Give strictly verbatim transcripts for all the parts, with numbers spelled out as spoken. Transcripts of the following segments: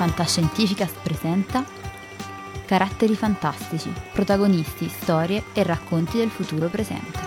Fantascientificas presenta Caratteri fantastici, protagonisti, storie e racconti del futuro presente.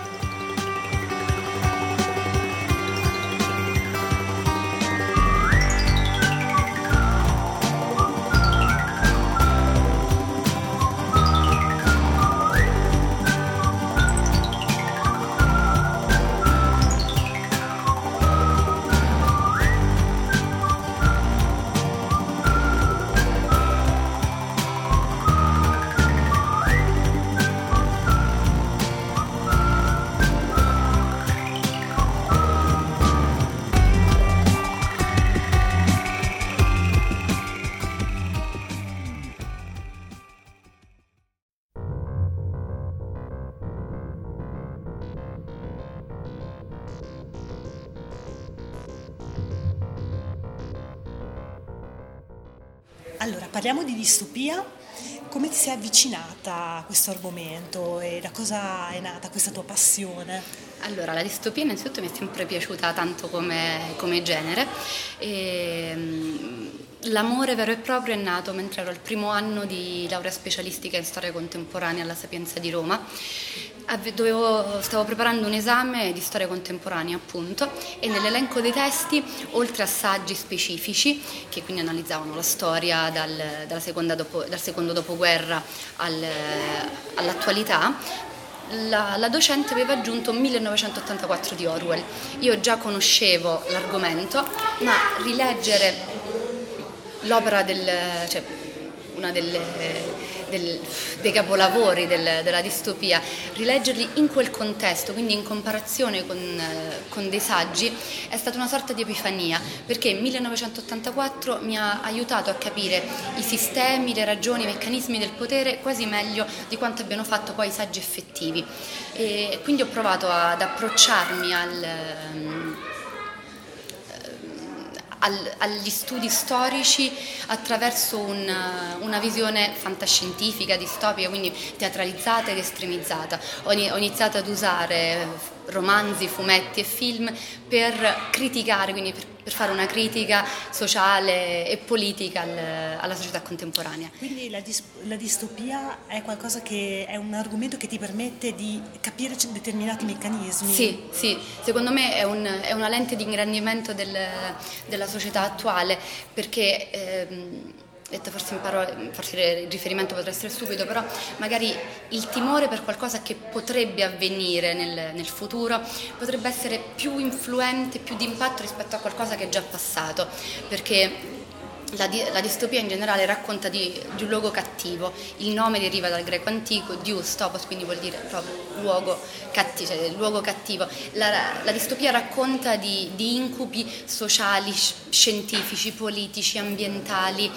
Allora, parliamo di distopia. Come ti sei avvicinata a questo argomento e da cosa è nata questa tua passione? Allora, la distopia innanzitutto mi è sempre piaciuta tanto come, come genere e um, l'amore vero e proprio è nato mentre ero al primo anno di laurea specialistica in storia contemporanea alla Sapienza di Roma. Dovevo, stavo preparando un esame di storia contemporanea, appunto, e nell'elenco dei testi, oltre a saggi specifici che quindi analizzavano la storia dal, dalla seconda dopo, dal secondo dopoguerra al, all'attualità, La, la docente aveva aggiunto millenovecentottantaquattro di Orwell. Io già conoscevo l'argomento, ma rileggere l'opera del, cioè una delle, del, dei capolavori del, della distopia, rileggerli in quel contesto, quindi in comparazione con, con dei saggi, è stata una sorta di epifania, perché millenovecentottantaquattro mi ha aiutato a capire i sistemi, le ragioni, i meccanismi del potere quasi meglio di quanto abbiano fatto poi i saggi effettivi, e quindi ho provato ad approcciarmi al Al, agli studi storici attraverso un, una visione fantascientifica, distopica, quindi teatralizzata ed estremizzata. Ho, ho iniziato ad usare romanzi, fumetti e film per criticare, quindi per, per fare una critica sociale e politica al, alla società contemporanea. Quindi la, dis, la distopia è qualcosa che è un argomento che ti permette di capire determinati meccanismi? Sì, sì, secondo me è, un, è una lente di ingrandimento del, della società attuale, perché ehm, detto forse in parole, forse il riferimento potrà essere stupido, però magari il timore per qualcosa che potrebbe avvenire nel, nel futuro potrebbe essere più influente, più d'impatto rispetto a qualcosa che è già passato, perché La, di, la distopia in generale racconta di, di un luogo cattivo. Il nome deriva dal greco antico, dius, topos, quindi vuol dire proprio luogo cattivo, cioè luogo cattivo. La, la distopia racconta di, di incubi sociali, scientifici, politici, ambientali,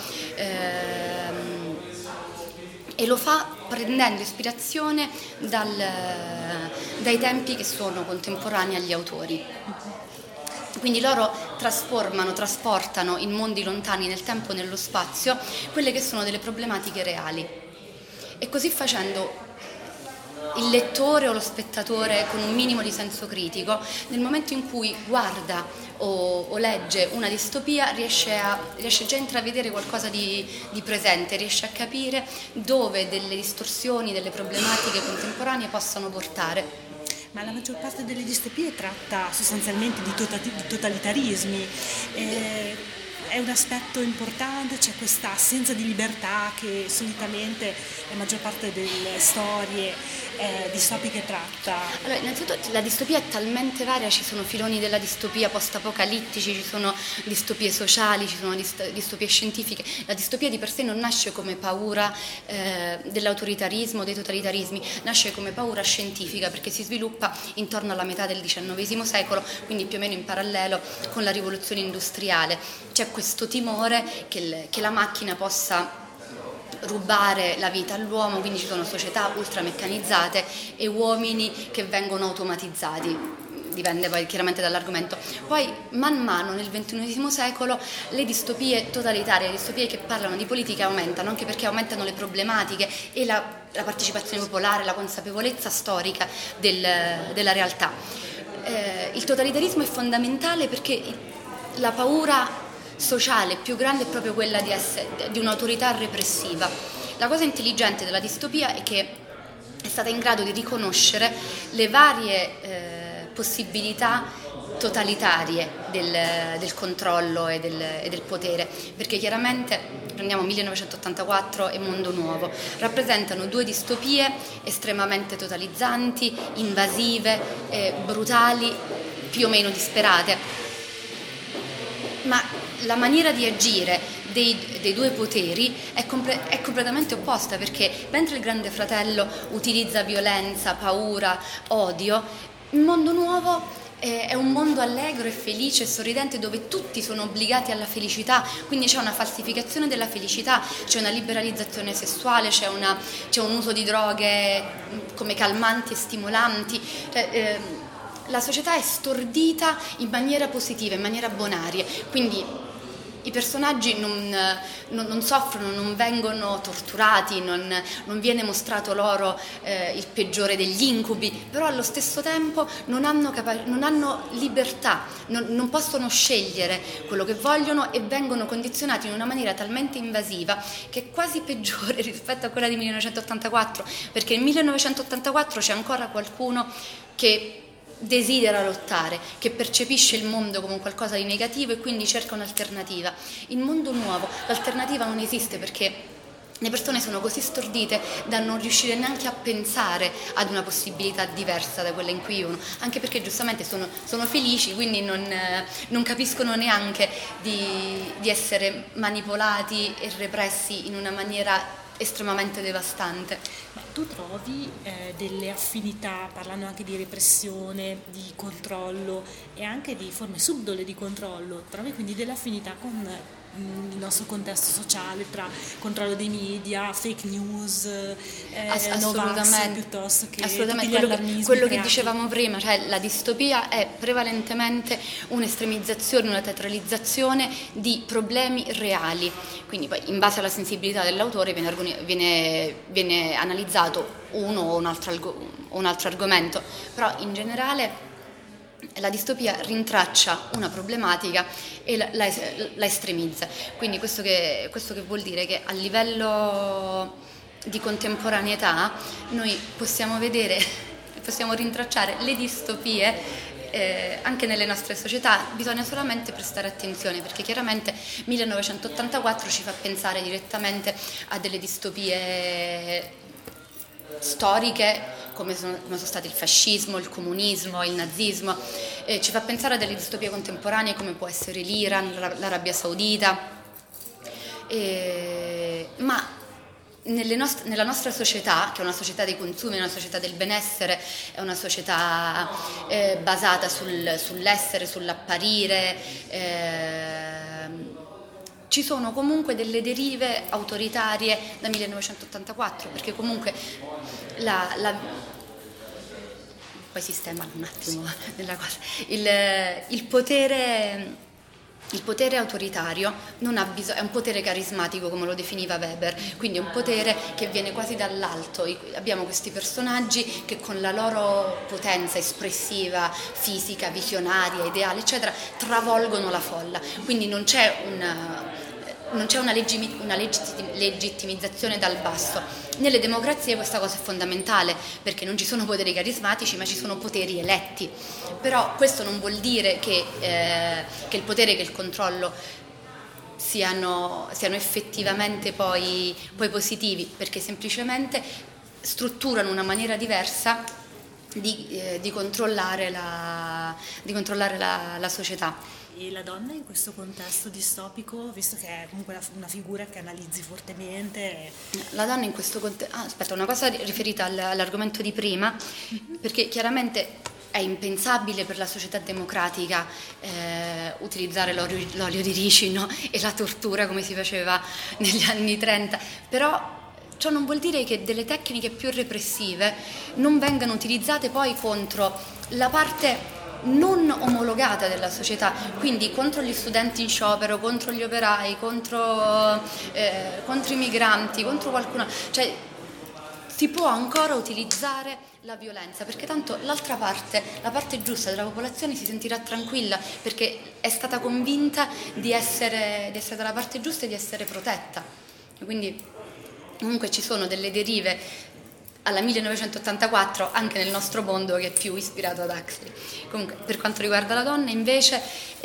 ehm, e lo fa prendendo ispirazione dal, dai tempi che sono contemporanei agli autori. Quindi loro trasformano, trasportano in mondi lontani nel tempo e nello spazio quelle che sono delle problematiche reali. E così facendo il lettore o lo spettatore con un minimo di senso critico, nel momento in cui guarda o, o legge una distopia, riesce, a, riesce già a intravedere qualcosa di, di presente, riesce a capire dove delle distorsioni, delle problematiche contemporanee possano portare. Ma la maggior parte delle distopie tratta sostanzialmente di, tota- di totalitarismi. Eh, è un aspetto importante, c'è questa assenza di libertà che solitamente la maggior parte delle storie eh, distopiche tratta. Allora, innanzitutto la distopia è talmente varia, ci sono filoni della distopia post-apocalittici, ci sono distopie sociali, ci sono dist- distopie scientifiche. La distopia di per sé non nasce come paura eh, dell'autoritarismo, dei totalitarismi, nasce come paura scientifica, perché si sviluppa intorno alla metà del diciannovesimo secolo, quindi più o meno in parallelo con la rivoluzione industriale. C'è questo timore che, il, che la macchina possa rubare la vita all'uomo, quindi ci sono società ultrameccanizzate e uomini che vengono automatizzati, dipende poi chiaramente dall'argomento. Poi man mano nel ventunesimo secolo le distopie totalitarie, le distopie che parlano di politica aumentano, anche perché aumentano le problematiche e la, la partecipazione popolare, la consapevolezza storica del, della realtà. Eh, il totalitarismo è fondamentale perché la paura sociale più grande è proprio quella di, essere, di un'autorità repressiva. La cosa intelligente della distopia è che è stata in grado di riconoscere le varie eh, possibilità totalitarie del, del controllo e del, e del potere, perché chiaramente prendiamo millenovecentottantaquattro e Mondo Nuovo, rappresentano due distopie estremamente totalizzanti, invasive, eh, brutali, più o meno disperate, ma la maniera di agire dei, dei due poteri è, comple- è completamente opposta, perché mentre il Grande Fratello utilizza violenza, paura, odio, il Mondo Nuovo è un mondo allegro e felice e sorridente, dove tutti sono obbligati alla felicità, quindi c'è una falsificazione della felicità, c'è una liberalizzazione sessuale, c'è, una, c'è un uso di droghe come calmanti e stimolanti, cioè, eh, la società è stordita in maniera positiva, in maniera bonaria, quindi i personaggi non, non, non soffrono, non vengono torturati, non, non viene mostrato loro eh, il peggiore degli incubi, però allo stesso tempo non hanno, capa- non hanno libertà, non, non possono scegliere quello che vogliono e vengono condizionati in una maniera talmente invasiva che è quasi peggiore rispetto a quella di millenovecentottantaquattro, perché nel millenovecentottantaquattro c'è ancora qualcuno che desidera lottare, che percepisce il mondo come qualcosa di negativo e quindi cerca un'alternativa. In Mondo Nuovo l'alternativa non esiste, perché le persone sono così stordite da non riuscire neanche a pensare ad una possibilità diversa da quella in cui vivono, anche perché giustamente sono, sono felici, quindi non, eh, non capiscono neanche di, di essere manipolati e repressi in una maniera estremamente devastante. Ma tu trovi eh, delle affinità, parlando anche di repressione, di controllo e anche di forme subdole di controllo, trovi quindi delle affinità con mh, il nostro contesto sociale, tra controllo dei media, fake news, eh, Ass- Novax, piuttosto che assolutamente quello, che, quello che dicevamo prima, cioè la distopia è prevalentemente un'estremizzazione, una teatralizzazione di problemi reali, quindi poi in base alla sensibilità dell'autore viene, argoni- viene, viene analizzato uno o un altro, algo- un altro argomento, però in generale la distopia rintraccia una problematica e la, la, la estremizza. Quindi questo che, questo che vuol dire che a livello di contemporaneità noi possiamo vedere, possiamo rintracciare le distopie eh, anche nelle nostre società. Bisogna solamente prestare attenzione, perché chiaramente millenovecentottantaquattro ci fa pensare direttamente a delle distopie storiche come sono, come sono stati il fascismo, il comunismo, il nazismo, eh, ci fa pensare a delle distopie contemporanee come può essere l'Iran, l'Arabia Saudita, eh, ma nelle nost- nella nostra società, che è una società dei consumi, è una società del benessere, è una società eh, basata sul, sull'essere, sull'apparire, eh, ci sono comunque delle derive autoritarie da millenovecentottantaquattro, perché comunque la, la poi sistema un attimo nella cosa il, il potere il potere autoritario non ha bisogno, è un potere carismatico, come lo definiva Weber, quindi è un potere che viene quasi dall'alto. Abbiamo questi personaggi che con la loro potenza espressiva, fisica, visionaria, ideale, eccetera, travolgono la folla, quindi non c'è una non c'è una, leggi- una legittim- legittimizzazione dal basso. Nelle democrazie questa cosa è fondamentale, perché non ci sono poteri carismatici, ma ci sono poteri eletti. Però questo non vuol dire che, eh, che il potere e che il controllo siano, siano effettivamente poi, poi positivi, perché semplicemente strutturano una maniera diversa di, eh, di controllare, la, di controllare la, la società. E la donna in questo contesto distopico, visto che è comunque una figura che analizzi fortemente? La donna in questo contesto... Ah, aspetta, una cosa riferita all'argomento di prima, perché chiaramente è impensabile per la società democratica eh, utilizzare l'olio, l'olio di ricino e la tortura come si faceva negli anni trenta, però ciò non vuol dire che delle tecniche più repressive non vengano utilizzate poi contro la parte non omologata della società, quindi contro gli studenti in sciopero, contro gli operai, contro, eh, contro i migranti, contro qualcuno. Cioè, si può ancora utilizzare la violenza, perché tanto l'altra parte, la parte giusta della popolazione si sentirà tranquilla perché è stata convinta di essere, di essere dalla parte giusta e di essere protetta. Quindi comunque ci sono delle derive alla millenovecentottantaquattro anche nel nostro mondo che è più ispirato ad Huxley. Comunque per quanto riguarda la donna invece,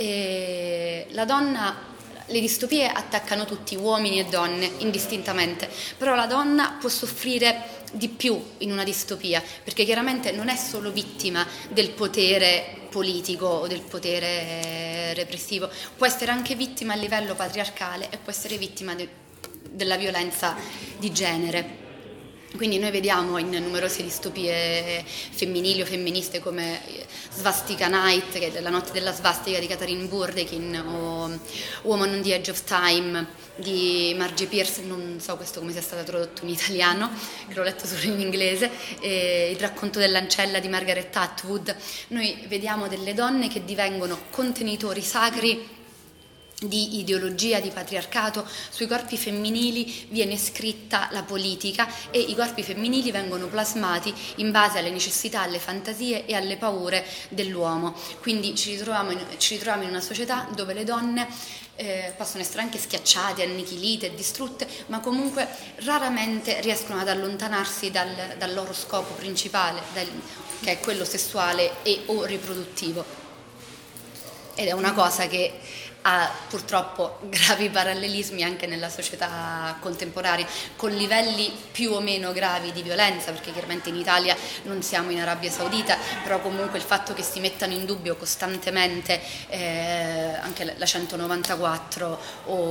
eh, la donna... Le distopie attaccano tutti, uomini e donne, indistintamente, però la donna può soffrire di più in una distopia, perché chiaramente non è solo vittima del potere politico o del potere repressivo, può essere anche vittima a livello patriarcale e può essere vittima de- della violenza di genere. Quindi noi vediamo in numerose distopie femminili o femministe come Svastika Night, che è La notte della svastica di Katharine Burdekin, o Woman on the Edge of Time di Margie Pierce, non so questo come sia stato tradotto in italiano, che l'ho letto solo in inglese, e Il racconto dell'ancella di Margaret Atwood. Noi vediamo delle donne che divengono contenitori sacri di ideologia, di patriarcato. Sui corpi femminili viene scritta la politica e i corpi femminili vengono plasmati in base alle necessità, alle fantasie e alle paure dell'uomo. Quindi ci ritroviamo in, ci ritroviamo in una società dove le donne eh, possono essere anche schiacciate, annichilite, distrutte, ma comunque raramente riescono ad allontanarsi dal, dal loro scopo principale, dal, che è quello sessuale e o riproduttivo. Ed è una cosa che ha purtroppo gravi parallelismi anche nella società contemporanea, con livelli più o meno gravi di violenza, perché chiaramente in Italia non siamo in Arabia Saudita, però comunque il fatto che si mettano in dubbio costantemente eh, anche la centonovantaquattro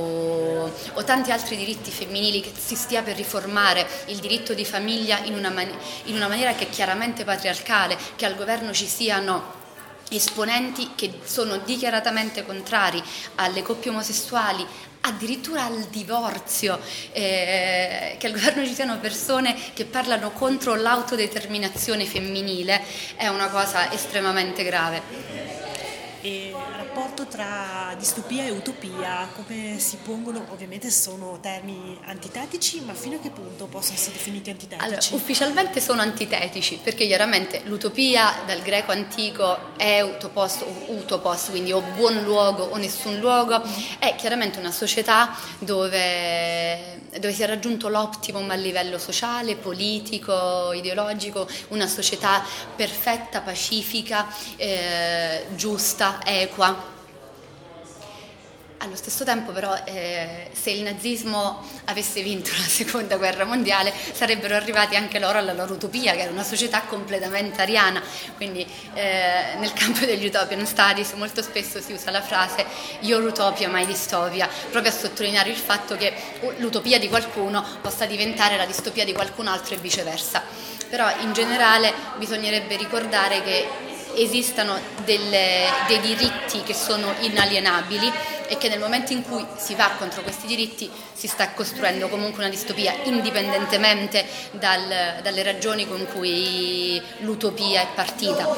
o, o tanti altri diritti femminili, che si stia per riformare il diritto di famiglia in una, man- in una maniera che è chiaramente patriarcale, che al governo ci siano esponenti che sono dichiaratamente contrari alle coppie omosessuali, addirittura al divorzio, eh, che al governo ci siano persone che parlano contro l'autodeterminazione femminile, è una cosa estremamente grave. E il rapporto tra distopia e utopia, come si pongono? Ovviamente sono termini antitetici, ma fino a che punto possono essere definiti antitetici? Allora, ufficialmente sono antitetici, perché chiaramente l'utopia dal greco antico è utopos, utopos, quindi o buon luogo o nessun luogo, è chiaramente una società dove, dove si è raggiunto l'optimum a livello sociale, politico, ideologico, una società perfetta, pacifica, eh, giusta, equa. Allo stesso tempo però eh, se il nazismo avesse vinto la seconda guerra mondiale sarebbero arrivati anche loro alla loro utopia, che era una società completamente ariana. Quindi eh, nel campo degli utopian studies molto spesso si usa la frase your utopia my dystopia, proprio a sottolineare il fatto che l'utopia di qualcuno possa diventare la distopia di qualcun altro e viceversa. Però in generale bisognerebbe ricordare che esistano delle, dei diritti che sono inalienabili e che nel momento in cui si va contro questi diritti si sta costruendo comunque una distopia, indipendentemente dal, dalle ragioni con cui l'utopia è partita.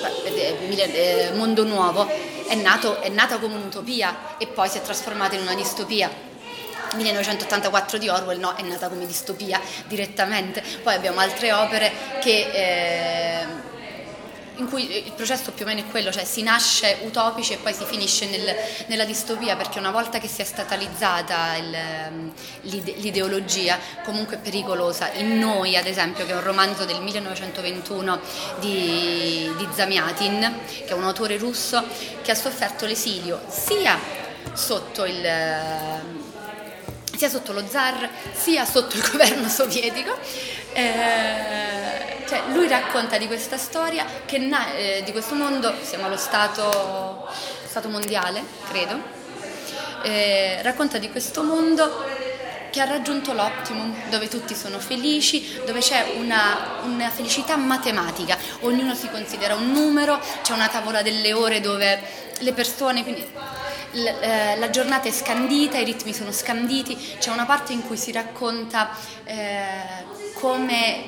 Mondo Nuovo è nato, è nata come un'utopia e poi si è trasformata in una distopia. millenovecentottantaquattro di Orwell no, è nata come distopia direttamente. Poi abbiamo altre opere che eh, in cui il processo più o meno è quello, cioè si nasce utopici e poi si finisce nel, nella distopia, perché una volta che si è statalizzata il, l'ideologia comunque è pericolosa. In Noi, ad esempio, che è un romanzo del millenovecentoventuno di, di Zamyatin, che è un autore russo che ha sofferto l'esilio sia sotto il sia sotto lo zar sia sotto il governo sovietico. Eh, cioè lui racconta di questa storia che na- eh, di questo mondo, siamo allo stato, stato mondiale credo, eh, racconta di questo mondo che ha raggiunto l'optimum, dove tutti sono felici, dove c'è una, una felicità matematica, ognuno si considera un numero, c'è una tavola delle ore dove le persone, quindi la, la giornata è scandita, i ritmi sono scanditi, c'è una parte in cui si racconta eh, come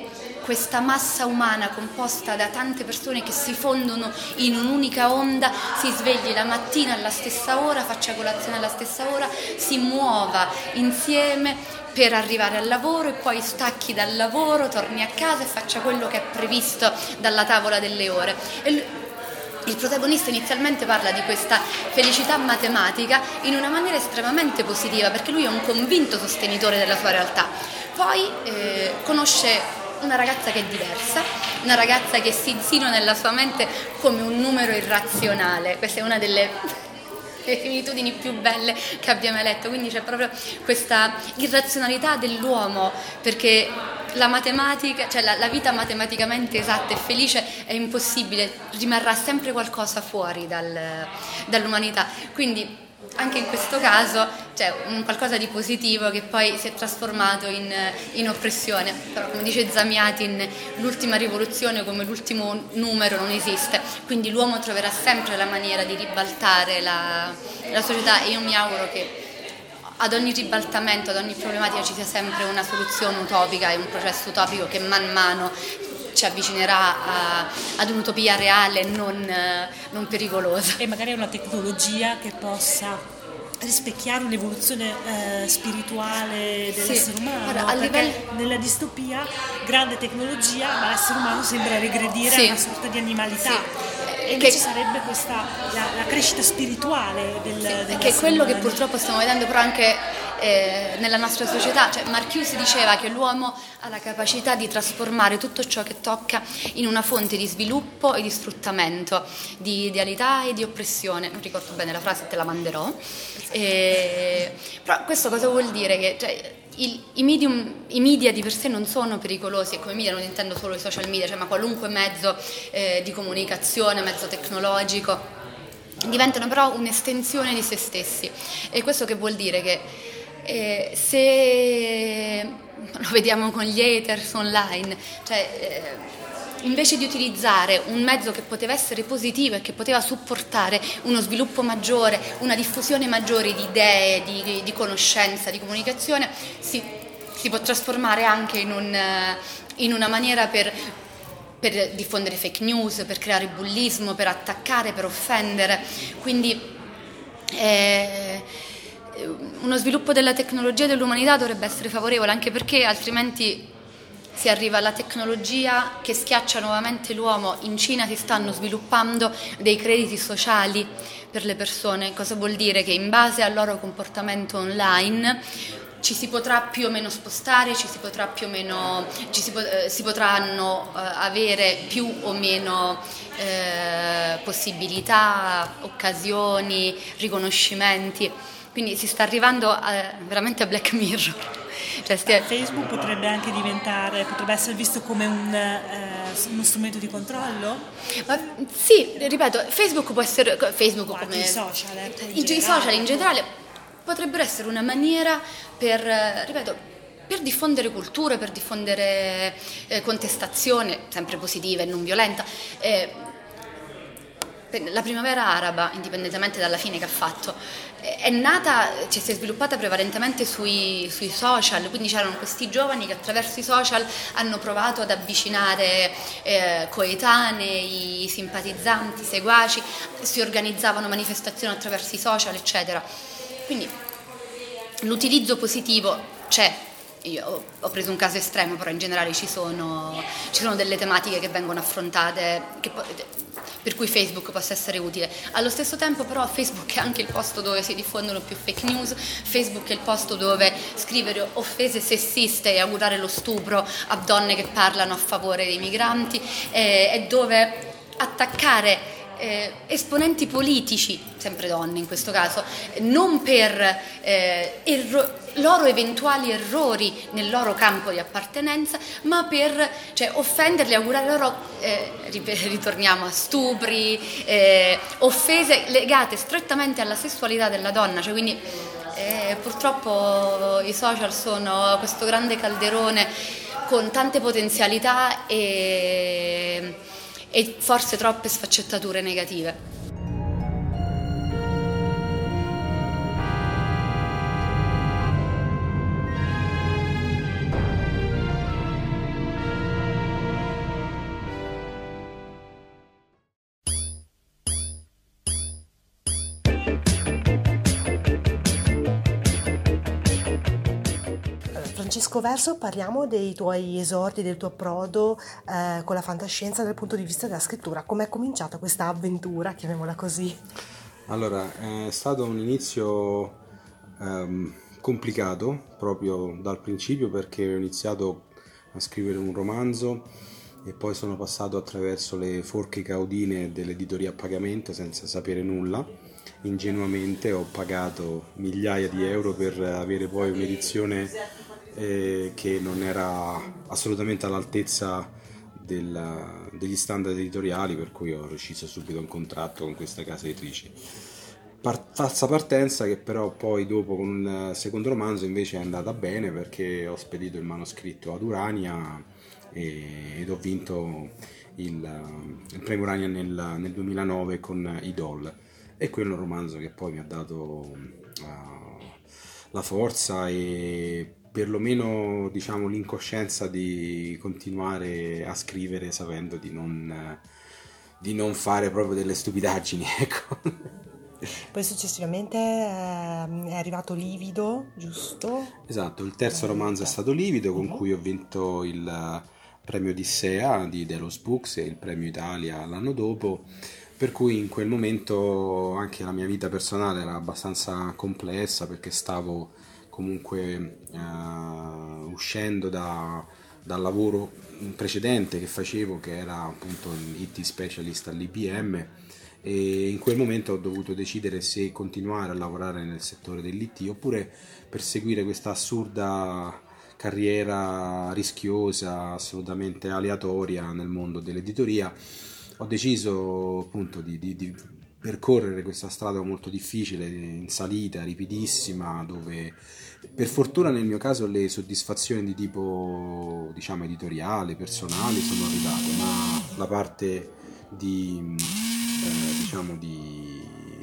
questa massa umana composta da tante persone che si fondono in un'unica onda, si svegli la mattina alla stessa ora, faccia colazione alla stessa ora, si muova insieme per arrivare al lavoro e poi stacchi dal lavoro, torni a casa e faccia quello che è previsto dalla tavola delle ore. E il protagonista inizialmente parla di questa felicità matematica in una maniera estremamente positiva, perché lui è un convinto sostenitore della sua realtà. Poi eh, conosce una ragazza che è diversa, una ragazza che si insinua nella sua mente come un numero irrazionale. Questa è una delle similitudini più belle che abbia mai letto, quindi c'è proprio questa irrazionalità dell'uomo, perché la matematica, cioè la, la vita matematicamente esatta e felice è impossibile, rimarrà sempre qualcosa fuori dal, dall'umanità, quindi anche in questo caso c'è un qualcosa di positivo che poi si è trasformato in, in oppressione. Però, come dice Zamiatin, l'ultima rivoluzione come l'ultimo numero non esiste, quindi l'uomo troverà sempre la maniera di ribaltare la, la società, e io mi auguro che ad ogni ribaltamento, ad ogni problematica ci sia sempre una soluzione utopica e un processo utopico che man mano ci avvicinerà a, ad un'utopia reale, non, non pericolosa. E magari è una tecnologia che possa rispecchiare un'evoluzione eh, spirituale dell'essere sì. umano, Guarda, a perché livello... nella distopia grande tecnologia, ma l'essere umano sembra regredire sì. a una sorta di animalità. Sì. E invece che... sarebbe questa la, la crescita spirituale del, sì, che è quello umano. Che purtroppo stiamo vedendo però anche eh, nella nostra società. Cioè, Marcuse diceva che l'uomo ha la capacità di trasformare tutto ciò che tocca in una fonte di sviluppo e di sfruttamento, di idealità e di oppressione. Non ricordo bene la frase, te la manderò. E... però questo cosa vuol dire? Che cioè, il, i, medium, i media di per sé non sono pericolosi, e come media non intendo solo i social media, cioè, ma qualunque mezzo eh, di comunicazione, mezzo tecnologico, diventano però un'estensione di se stessi. E questo che vuol dire? Che eh, se lo vediamo con gli haters online, cioè eh, invece di utilizzare un mezzo che poteva essere positivo e che poteva supportare uno sviluppo maggiore, una diffusione maggiore di idee, di, di conoscenza, di comunicazione, si, si può trasformare anche in, un, in una maniera per, per diffondere fake news, per creare bullismo, per attaccare, per offendere. Quindi eh, uno sviluppo della tecnologia e dell'umanità dovrebbe essere favorevole, anche perché altrimenti si arriva alla tecnologia che schiaccia nuovamente l'uomo. In Cina si stanno sviluppando dei crediti sociali per le persone. Cosa vuol dire? Che in base al loro comportamento online ci si potrà più o meno spostare, ci si potrà più o meno, ci si, eh, si potranno eh, avere più o meno eh, possibilità, occasioni, riconoscimenti. Quindi si sta arrivando a, veramente a Black Mirror. Cioè, stia... Facebook potrebbe anche diventare, potrebbe essere visto come un, eh, uno strumento di controllo? Ma, sì, ripeto, Facebook può essere Facebook Guarda, come i social, ecco, in i, i social in generale potrebbero essere una maniera per, ripeto, per diffondere culture, per diffondere eh, contestazione, sempre positiva e non violenta. Eh, la primavera araba, indipendentemente dalla fine che ha fatto, è nata, cioè si è sviluppata prevalentemente sui, sui social, quindi c'erano questi giovani che attraverso i social hanno provato ad avvicinare eh, coetanei, simpatizzanti, seguaci, si organizzavano manifestazioni attraverso i social, eccetera. Quindi l'utilizzo positivo c'è. Io ho preso un caso estremo, però in generale ci sono, ci sono delle tematiche che vengono affrontate che po- per cui Facebook possa essere utile. Allo stesso tempo però Facebook è anche il posto dove si diffondono più fake news, Facebook è il posto dove scrivere offese sessiste e augurare lo stupro a donne che parlano a favore dei migranti, eh, è dove attaccare Eh, esponenti politici, sempre donne in questo caso, non per eh, erro- loro eventuali errori nel loro campo di appartenenza, ma per cioè, offenderli, augurare loro, eh, ritorniamo a stupri, eh, offese legate strettamente alla sessualità della donna, cioè quindi eh, purtroppo i social sono questo grande calderone con tante potenzialità e e forse troppe sfaccettature negative. Francesco Verso, parliamo dei tuoi esordi, del tuo approdo eh, con la fantascienza dal punto di vista della scrittura. Com'è cominciata questa avventura, chiamiamola così? Allora, è stato un inizio ehm, complicato proprio dal principio, perché ho iniziato a scrivere un romanzo e poi sono passato attraverso le forche caudine dell'editoria a pagamento senza sapere nulla. Ingenuamente ho pagato migliaia di euro per avere poi un'edizione eh, che non era assolutamente all'altezza del, degli standard editoriali, per cui ho rescisso subito un contratto con questa casa editrice. Par- falsa partenza che però poi dopo con un secondo romanzo invece è andata bene, perché ho spedito il manoscritto ad Urania e, ed ho vinto il, il premio Urania nel, nel duemilanove con Idol, e quello è un romanzo che poi mi ha dato uh, la forza e perlomeno, diciamo, l'incoscienza di continuare a scrivere sapendo di non, di non fare proprio delle stupidaggini, ecco. Poi successivamente eh, è arrivato Livido, giusto? Esatto, il terzo romanzo è stato Livido, con cui ho vinto il premio Odissea di Delos Books e il premio Italia l'anno dopo, per cui in quel momento anche la mia vita personale era abbastanza complessa, perché stavo comunque uh, uscendo da, dal lavoro precedente che facevo, che era appunto il I T specialist all'I B M, e in quel momento ho dovuto decidere se continuare a lavorare nel settore dell'I T oppure perseguire questa assurda carriera rischiosa, assolutamente aleatoria nel mondo dell'editoria. Ho deciso appunto di, di, di percorrere questa strada molto difficile, in salita, ripidissima, dove per fortuna nel mio caso le soddisfazioni di tipo, diciamo, editoriale, personali sono arrivate, ma la parte di, eh, diciamo, di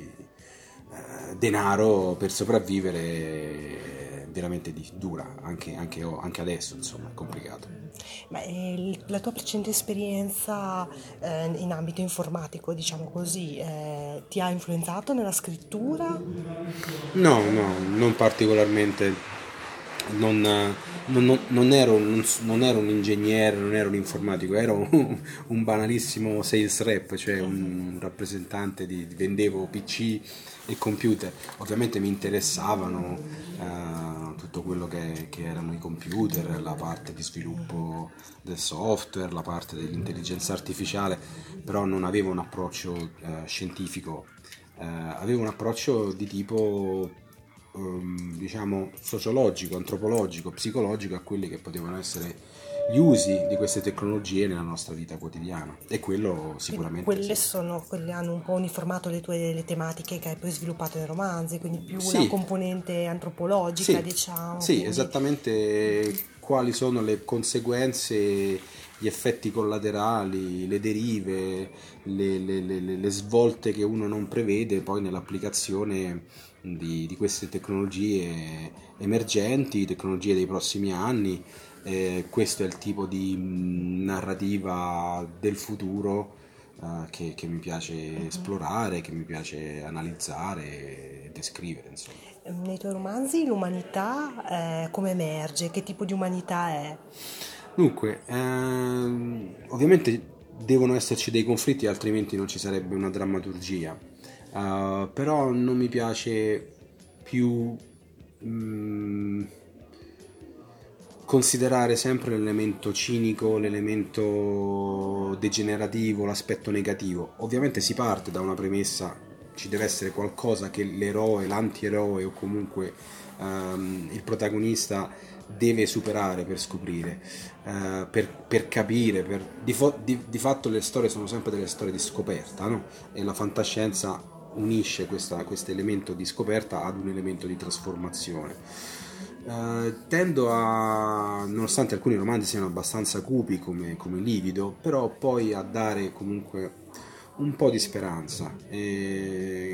eh, denaro per sopravvivere è veramente di, dura, anche, anche, anche adesso, insomma, è complicato. Ma eh, la tua precedente esperienza eh, in ambito informatico, diciamo così, eh, ti ha influenzato nella scrittura? No, no, non particolarmente. Non, non, non, ero, non, non ero un ingegnere, non ero un informatico, ero un, un banalissimo sales rep, cioè un rappresentante di, vendevo P C e computer. Ovviamente mi interessavano eh, tutto quello che, che erano i computer, la parte di sviluppo del software, la parte dell'intelligenza artificiale, però non avevo un approccio eh, scientifico, eh, avevo un approccio di tipo diciamo sociologico, antropologico, psicologico a quelli che potevano essere gli usi di queste tecnologie nella nostra vita quotidiana, e quello sicuramente quindi quelle sì. sono quelle hanno un po' uniformato le tue le tematiche che hai poi sviluppato nei romanzi, quindi più Sì. la componente antropologica, Sì. diciamo. Sì, quindi... esattamente quali sono le conseguenze, gli effetti collaterali, le derive, le, le, le, le svolte che uno non prevede poi nell'applicazione di, di queste tecnologie emergenti, tecnologie dei prossimi anni. Eh, questo è il tipo di narrativa del futuro eh, che, che mi piace esplorare, che mi piace analizzare e descrivere, insomma. Nei tuoi romanzi l'umanità eh, come emerge? Che tipo di umanità è? Dunque, ehm, ovviamente devono esserci dei conflitti, altrimenti non ci sarebbe una drammaturgia. Uh, però non mi piace più mm, considerare sempre l'elemento cinico, l'elemento degenerativo, l'aspetto negativo. Ovviamente si parte da una premessa, ci deve essere qualcosa che l'eroe, l'antieroe o comunque um, il protagonista deve superare per scoprire, uh, per, per capire, per, di, fo- di, di fatto le storie sono sempre delle storie di scoperta, no? E la fantascienza unisce questo elemento di scoperta ad un elemento di trasformazione. Uh, tendo a, nonostante alcuni romanzi siano abbastanza cupi come, come Livido, però poi a dare comunque un po' di speranza, e una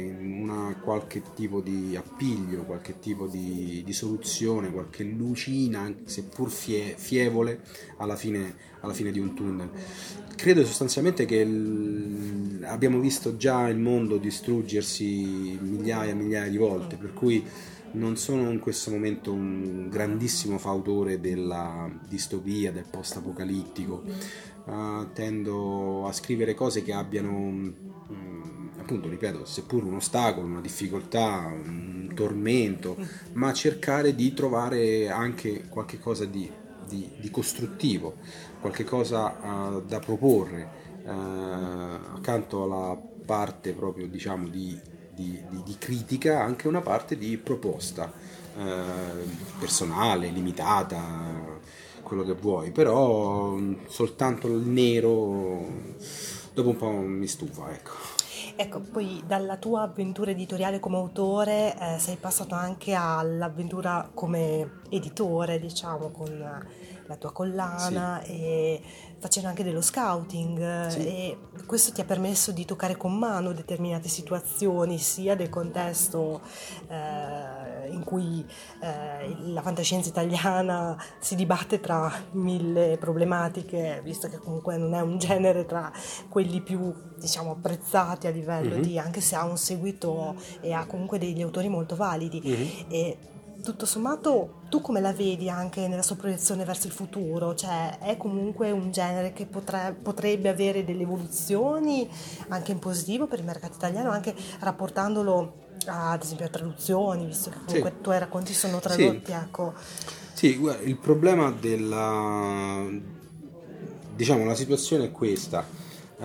una qualche tipo di appiglio, qualche tipo di, di soluzione, qualche lucina, seppur fie, fievole, alla fine, alla fine di un tunnel. Credo sostanzialmente che il, abbiamo visto già il mondo distruggersi migliaia e migliaia di volte, per cui non sono in questo momento un grandissimo fautore della distopia, del post-apocalittico. Uh, tendo a scrivere cose che abbiano, um, appunto, ripeto, seppur un ostacolo, una difficoltà, un tormento, ma cercare di trovare anche qualche cosa di, di, di costruttivo, qualche cosa uh, da proporre, uh, accanto alla parte proprio, diciamo, di Di, di, di critica, anche una parte di proposta eh, personale, limitata, quello che vuoi, però soltanto il nero dopo un po' mi stufa, ecco. Ecco, poi dalla tua avventura editoriale come autore eh, sei passato anche all'avventura come editore, diciamo, con la tua collana, sì, e facendo anche dello scouting, sì, e questo ti ha permesso di toccare con mano determinate situazioni, sia del contesto eh, in cui eh, la fantascienza italiana si dibatte tra mille problematiche, visto che comunque non è un genere tra quelli più, diciamo, apprezzati a livello mm-hmm. di, anche se ha un seguito e ha comunque degli autori molto validi. Mm-hmm. E tutto sommato tu come la vedi anche nella sua proiezione verso il futuro? Cioè è comunque un genere che potre, potrebbe avere delle evoluzioni anche in positivo per il mercato italiano, anche rapportandolo a, ad esempio a traduzioni, visto che comunque sì. i tuoi racconti sono tradotti, sì. ecco. Sì, guarda, il problema della, diciamo, la situazione è questa, uh,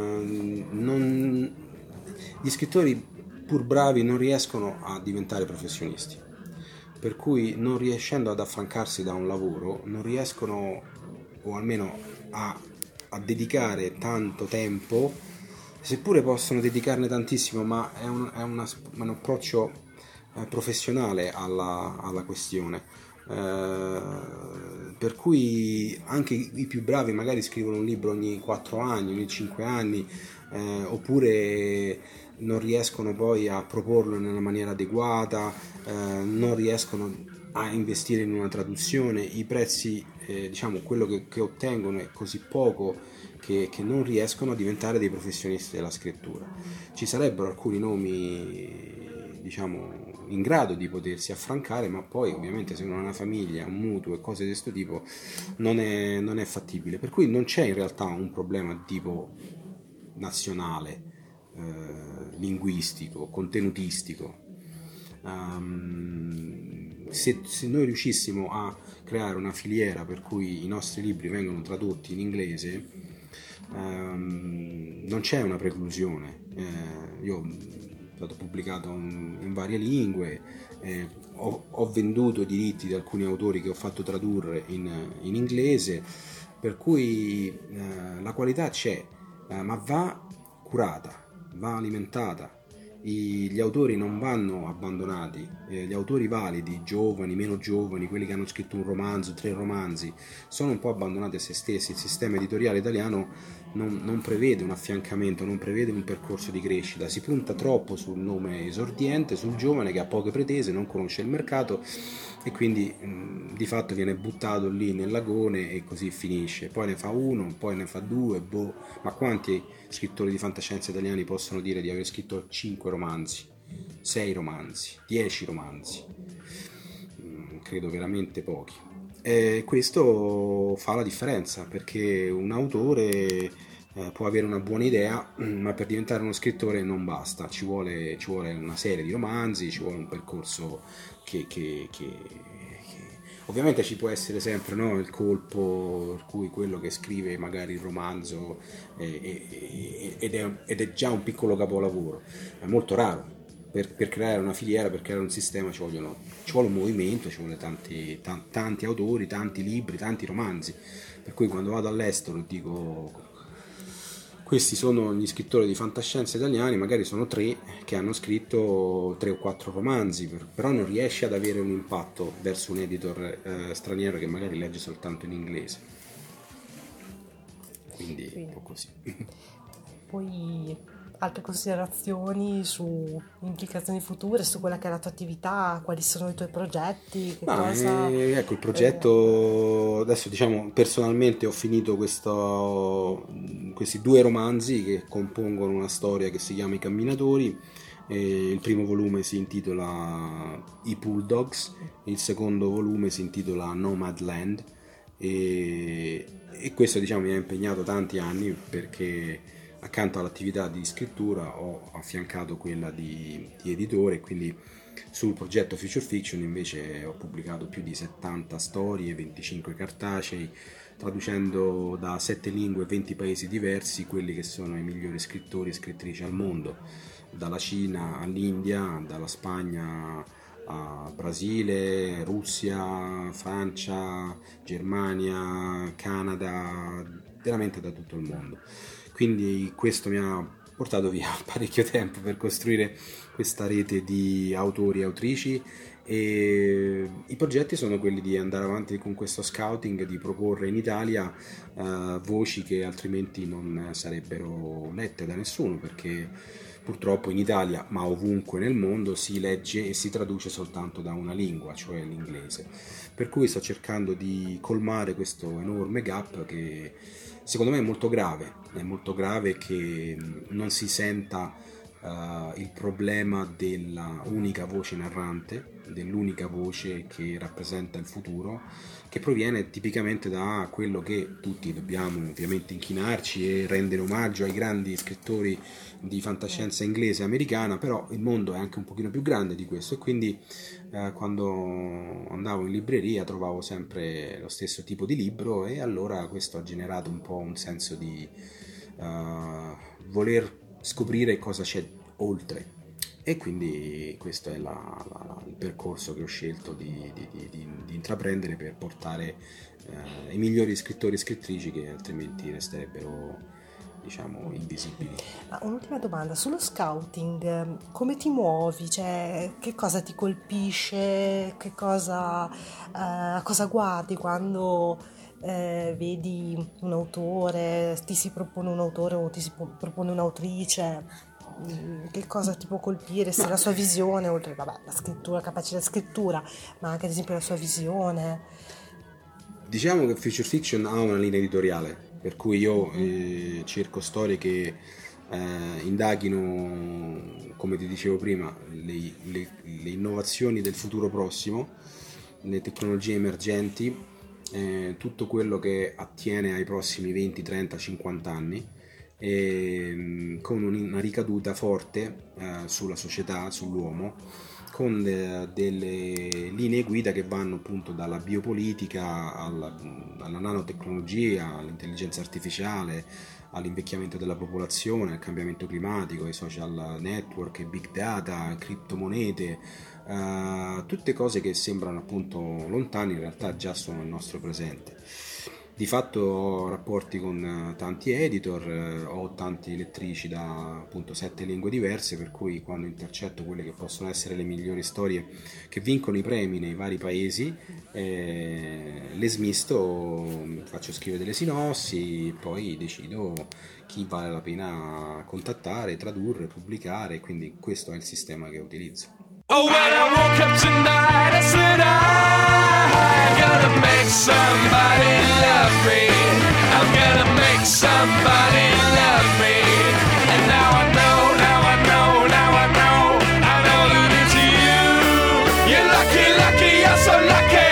non, gli scrittori pur bravi non riescono a diventare professionisti, per cui non riuscendo ad affrancarsi da un lavoro non riescono, o almeno a, a dedicare tanto tempo, seppure possono dedicarne tantissimo, ma è un, è una, un approccio eh, professionale alla, alla questione, eh, per cui anche i più bravi magari scrivono un libro ogni quattro anni, ogni cinque anni, eh, oppure non riescono poi a proporlo nella maniera adeguata, eh, non riescono a investire in una traduzione, i prezzi, eh, diciamo, quello che, che ottengono è così poco che, che non riescono a diventare dei professionisti della scrittura. Ci sarebbero alcuni nomi, diciamo, in grado di potersi affrancare, ma poi ovviamente se uno ha una famiglia, un mutuo e cose di questo tipo non è, non è fattibile, per cui non c'è in realtà un problema tipo nazionale, Eh, linguistico, contenutistico. Um, se, se noi riuscissimo a creare una filiera per cui i nostri libri vengono tradotti in inglese, um, non c'è una preclusione. Eh, io è stato pubblicato in, in varie lingue, eh, ho, ho venduto i diritti di alcuni autori che ho fatto tradurre in, in inglese, per cui eh, la qualità c'è, eh, ma va curata, va alimentata. I, gli autori non vanno abbandonati, eh, gli autori validi, giovani, meno giovani, quelli che hanno scritto un romanzo, tre romanzi, sono un po' abbandonati a se stessi. Il sistema editoriale italiano non, non prevede un affiancamento, non prevede un percorso di crescita, si punta troppo sul nome esordiente, sul giovane che ha poche pretese, non conosce il mercato e quindi mh, di fatto viene buttato lì nel lagone e così finisce. Poi ne fa uno, poi ne fa due, boh. Ma quanti scrittori di fantascienza italiani possono dire di aver scritto cinque romanzi, sei romanzi, dieci romanzi? Mm, credo veramente pochi. E questo fa la differenza, perché un autore eh, può avere una buona idea, ma per diventare uno scrittore non basta, ci vuole, ci vuole una serie di romanzi, ci vuole un percorso che, che, che, che... ovviamente ci può essere sempre, no, il colpo per cui quello che scrive magari il romanzo è, è, ed, è, ed è già un piccolo capolavoro, è molto raro. Per, per creare una filiera, per creare un sistema ci, vogliono, ci vuole un movimento, ci vuole tanti, tanti, tanti autori, tanti libri, tanti romanzi, per cui quando vado all'estero e dico questi sono gli scrittori di fantascienza italiani, magari sono tre che hanno scritto tre o quattro romanzi, però non riesce ad avere un impatto verso un editor eh, straniero che magari legge soltanto in inglese, quindi un po' così. Poi altre considerazioni su implicazioni future, su quella che è la tua attività, quali sono i tuoi progetti? Che Ah, cosa... eh, ecco, il progetto, adesso diciamo personalmente ho finito questo, questi due romanzi che compongono una storia che si chiama I Camminatori. E il primo volume si intitola I Pool Dogs, il secondo volume si intitola Nomadland, e, e questo diciamo mi ha impegnato tanti anni, perché accanto all'attività di scrittura ho affiancato quella di, di editore, quindi sul progetto Future Fiction invece ho pubblicato più di settanta storie, venticinque cartacei, traducendo da sette lingue e venti paesi diversi quelli che sono i migliori scrittori e scrittrici al mondo, dalla Cina all'India, dalla Spagna a Brasile, Russia, Francia, Germania, Canada, veramente da tutto il mondo. Quindi questo mi ha portato via parecchio tempo per costruire questa rete di autori e autrici, e i progetti sono quelli di andare avanti con questo scouting, di proporre in Italia uh, voci che altrimenti non sarebbero lette da nessuno, perché purtroppo in Italia, ma ovunque nel mondo, si legge e si traduce soltanto da una lingua, cioè l'inglese. Per cui sto cercando di colmare questo enorme gap che secondo me è molto grave, è molto grave che non si senta uh, il problema della unica voce narrante, dell'unica voce che rappresenta il futuro, che proviene tipicamente da quello che tutti dobbiamo ovviamente inchinarci e rendere omaggio ai grandi scrittori di fantascienza inglese e americana, però il mondo è anche un pochino più grande di questo, e quindi eh, quando andavo in libreria trovavo sempre lo stesso tipo di libro, e allora questo ha generato un po' un senso di uh, voler scoprire cosa c'è oltre, e quindi questo è la, la, il percorso che ho scelto di, di, di, di, di intraprendere per portare eh, i migliori scrittori e scrittrici che altrimenti resterebbero, diciamo, invisibili. Ah, un'ultima domanda, sullo scouting come ti muovi? Cioè, che cosa ti colpisce? Che cosa, eh, cosa guardi quando eh, vedi un autore, ti si propone un autore o ti si propone un'autrice? Che cosa ti può colpire? Se la sua visione, oltre vabbè, la scrittura, capacità di scrittura, ma anche ad esempio la sua visione. Diciamo che Future Fiction ha una linea editoriale, per cui io eh, cerco storie che eh, indaghino, come ti dicevo prima, le, le, le innovazioni del futuro prossimo, le tecnologie emergenti, eh, tutto quello che attiene ai prossimi venti, trenta, cinquanta anni, e con una ricaduta forte eh, sulla società, sull'uomo, con de, delle linee guida che vanno appunto dalla biopolitica alla, alla nanotecnologia, all'intelligenza artificiale, all'invecchiamento della popolazione, al cambiamento climatico, ai social network, ai big data, criptomonete, eh, tutte cose che sembrano appunto lontane, in realtà già sono nel nostro presente. Di fatto ho rapporti con tanti editor, ho tanti lettrici da appunto sette lingue diverse, per cui quando intercetto quelle che possono essere le migliori storie che vincono i premi nei vari paesi, eh, le smisto, faccio scrivere delle sinossi, poi decido chi vale la pena contattare, tradurre, pubblicare, quindi questo è il sistema che utilizzo. Oh, when I woke up tonight, I said I'm gonna make somebody love me. I'm gonna make somebody love me. And now I know, now I know, now I know, I know that it's you. You're lucky, lucky, you're so lucky.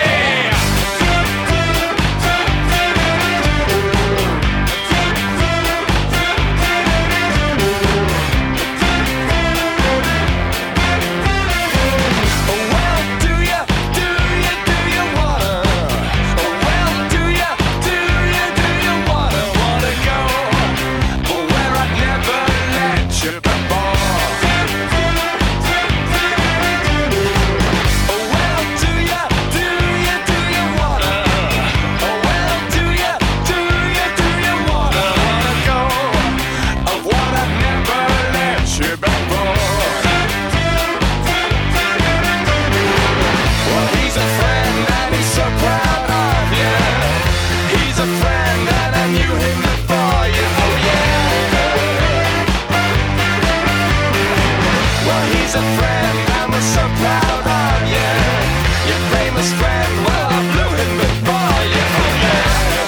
trusted friend, and was so proud of you. Your famous friend, well, I blew him before you. Oh, yeah.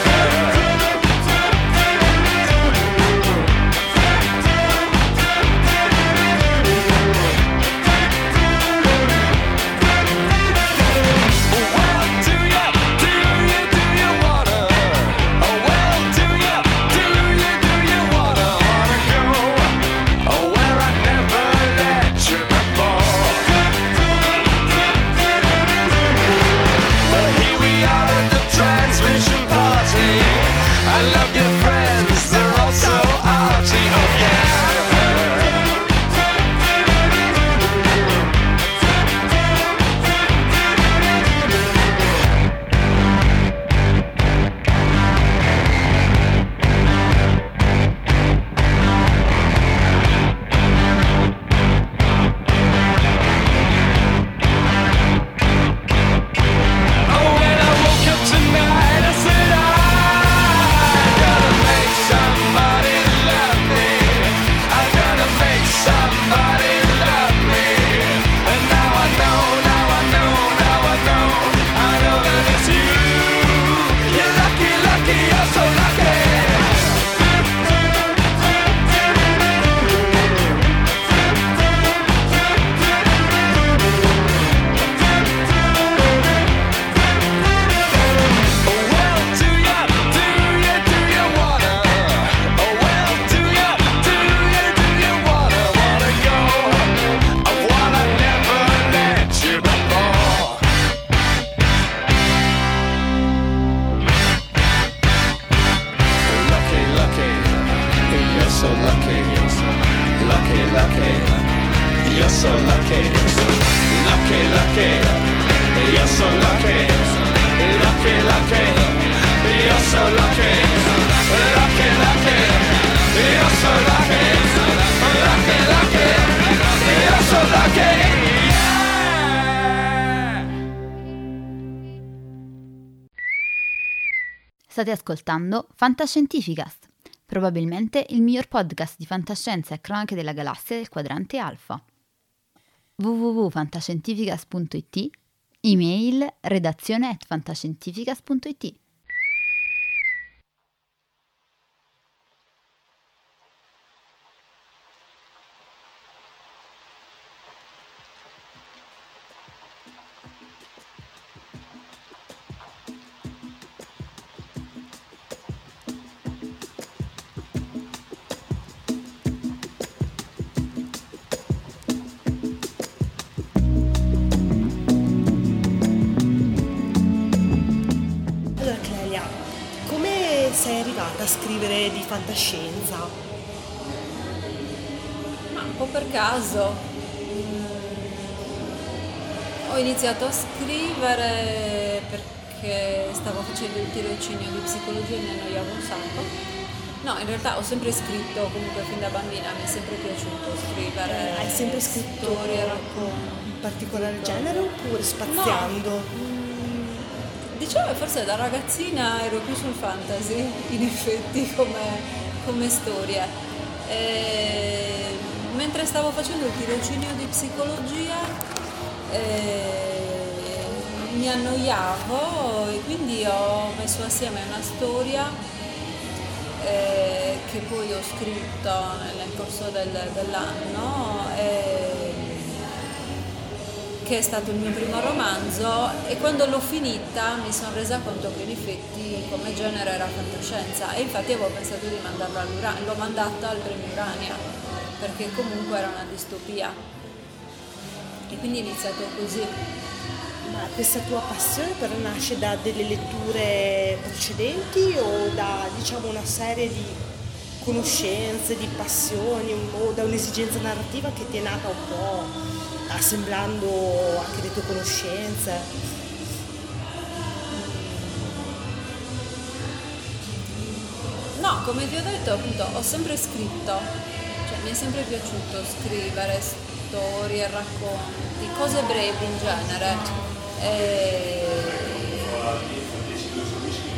State ascoltando Fantascientificast, probabilmente il miglior podcast di fantascienza e cronache della galassia del quadrante alfa. w w w punto fantascientificast punto i t, email redazione at fantascientificast punto i t. Sei arrivata a scrivere di fantascienza? Ma un po' per caso. Mm. Ho iniziato a scrivere perché stavo facendo il tirocinio di psicologia e mi annoiavo un sacco. No, in realtà ho sempre scritto, comunque fin da bambina mi è sempre piaciuto scrivere. Hai sempre scritto storie, racconti? Un particolare genere oppure spaziando? No. Diciamo che forse da ragazzina ero più sul fantasy, in effetti, come, come storia. E, mentre stavo facendo il tirocinio di psicologia eh, mi annoiavo e quindi ho messo assieme una storia eh, che poi ho scritto nel corso del, dell'anno. E, che è stato il mio primo romanzo, e quando l'ho finita mi sono resa conto che in effetti come genere era fantascienza, e infatti avevo pensato di mandarlo all'Urania, l'ho mandata al premio Urania perché comunque era una distopia, e quindi è iniziato così. Ma questa tua passione però nasce da delle letture precedenti o da, diciamo, una serie di conoscenze, di passioni, o da un'esigenza narrativa che ti è nata un po' assemblando anche le tue conoscenze? No, come ti ho detto, appunto, ho sempre scritto, cioè mi è sempre piaciuto scrivere storie, racconti, cose brevi in genere. E...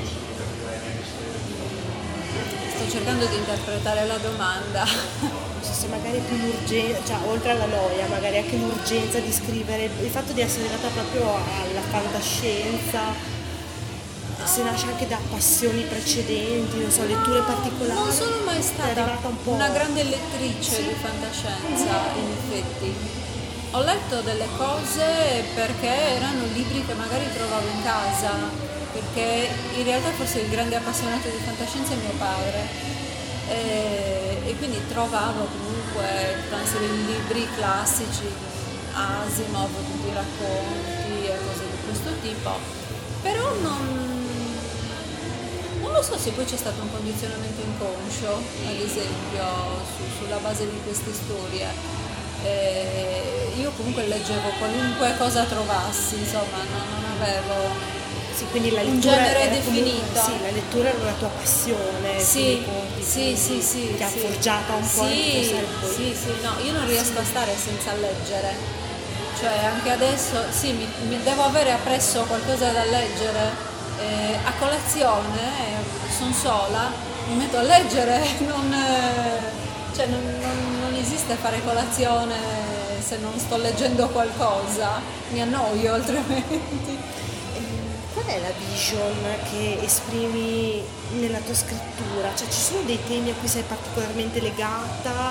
sto cercando di interpretare la domanda. fosse magari più l'urgenza, cioè oltre alla noia, magari anche l'urgenza di scrivere, il fatto di essere arrivata proprio alla fantascienza, se nasce anche da passioni precedenti, non so, letture particolari. Non sono mai È stata arrivata un po'. una grande lettrice di fantascienza, in effetti. Ho letto delle cose perché erano libri che magari trovavo in casa, perché in realtà forse il grande appassionato di fantascienza è mio padre. E, e quindi trovavo comunque tutta una serie di libri classici, Asimov, tutti i racconti e cose di questo tipo, però non... Non lo so se poi c'è stato un condizionamento inconscio, ad esempio, su, sulla base di queste storie. Eh, io comunque leggevo qualunque cosa trovassi, insomma, non, non avevo Sì, quindi la un lettura genere era definito. comunque- sì, la lettura era una tua passione. Sì, quindi conti, sì, quindi sì, sì. Ti ha sì. forgiata un po' Sì, anche sai, poi. sì, sì, no, io non riesco a stare senza leggere. Cioè, anche adesso, sì, mi, mi devo avere appresso qualcosa da leggere. Eh, a colazione, sono sola, mi metto a leggere, non, eh, cioè non, non- non esiste fare colazione se non sto leggendo qualcosa, mi annoio altrimenti. Qual è la vision che esprimi nella tua scrittura? Cioè ci sono dei temi a cui sei particolarmente legata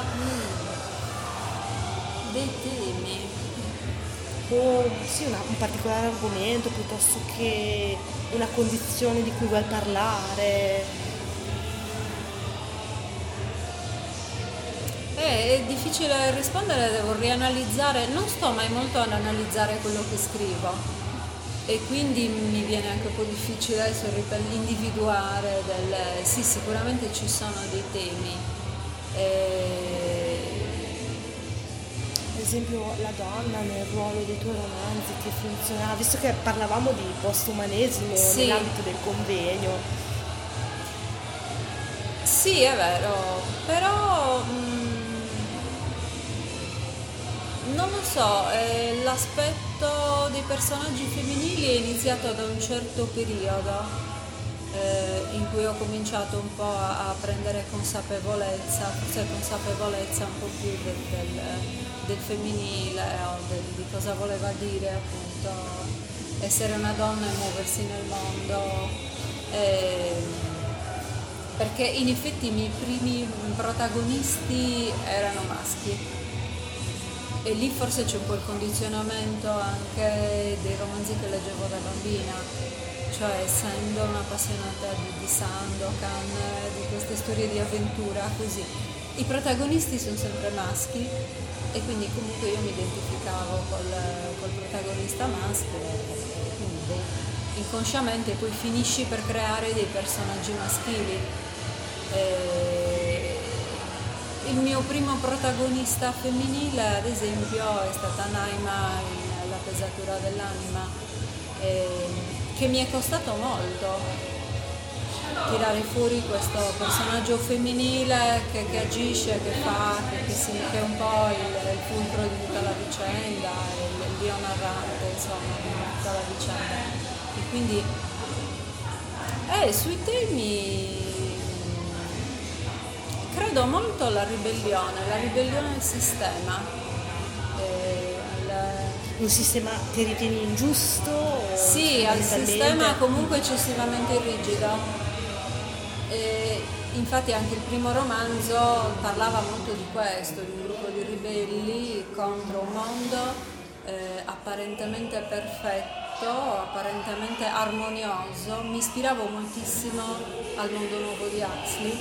Dei temi. o sì, una- un particolare argomento piuttosto che una condizione di cui vuoi parlare? Eh, È difficile rispondere, devo rianalizzare, non sto mai molto ad analizzare quello che scrivo e quindi mi viene anche un po' difficile adesso ripeto, individuare del... Sì, sicuramente ci sono dei temi. Eh, Ad esempio la donna nel ruolo dei tuoi romanzi che funzionava, visto che parlavamo di postumanesimo Sì. nell'ambito del convegno. Sì, è vero, però mm, non lo so, eh, l'aspetto dei personaggi femminili è iniziato da un certo periodo eh, in cui ho cominciato un po' a, a prendere consapevolezza, forse consapevolezza un po' più del, del, del femminile o del- di cosa voleva dire appunto essere una donna e muoversi nel mondo. eh, perché in effetti i miei primi protagonisti erano maschi e lì forse c'è un po' il condizionamento anche dei romanzi che leggevo da bambina, cioè essendo un'appassionata di, di Sandokan, di queste storie di avventura così, i protagonisti sono sempre maschi e quindi comunque io mi identificavo col, col protagonista maschio e quindi boh, inconsciamente poi finisci per creare dei personaggi maschili. Eh, il mio primo protagonista femminile ad esempio è stata Naima in La pesatura dell'anima, eh, che mi è costato molto tirare fuori questo personaggio femminile che, che agisce, che fa, che, che, si, che è un po' il, il fulcro di tutta la vicenda, il, il dio narrante insomma di tutta la vicenda e quindi eh, sui temi credo molto alla ribellione, la ribellione al sistema. Eh, al- Un sistema che ritieni ingiusto? o Sì, al fondamentalmente- sistema comunque eccessivamente rigido. E infatti anche il primo romanzo parlava molto di questo, di un gruppo di ribelli contro un mondo eh, apparentemente perfetto, apparentemente armonioso. Mi ispiravo moltissimo al Mondo Nuovo di Huxley.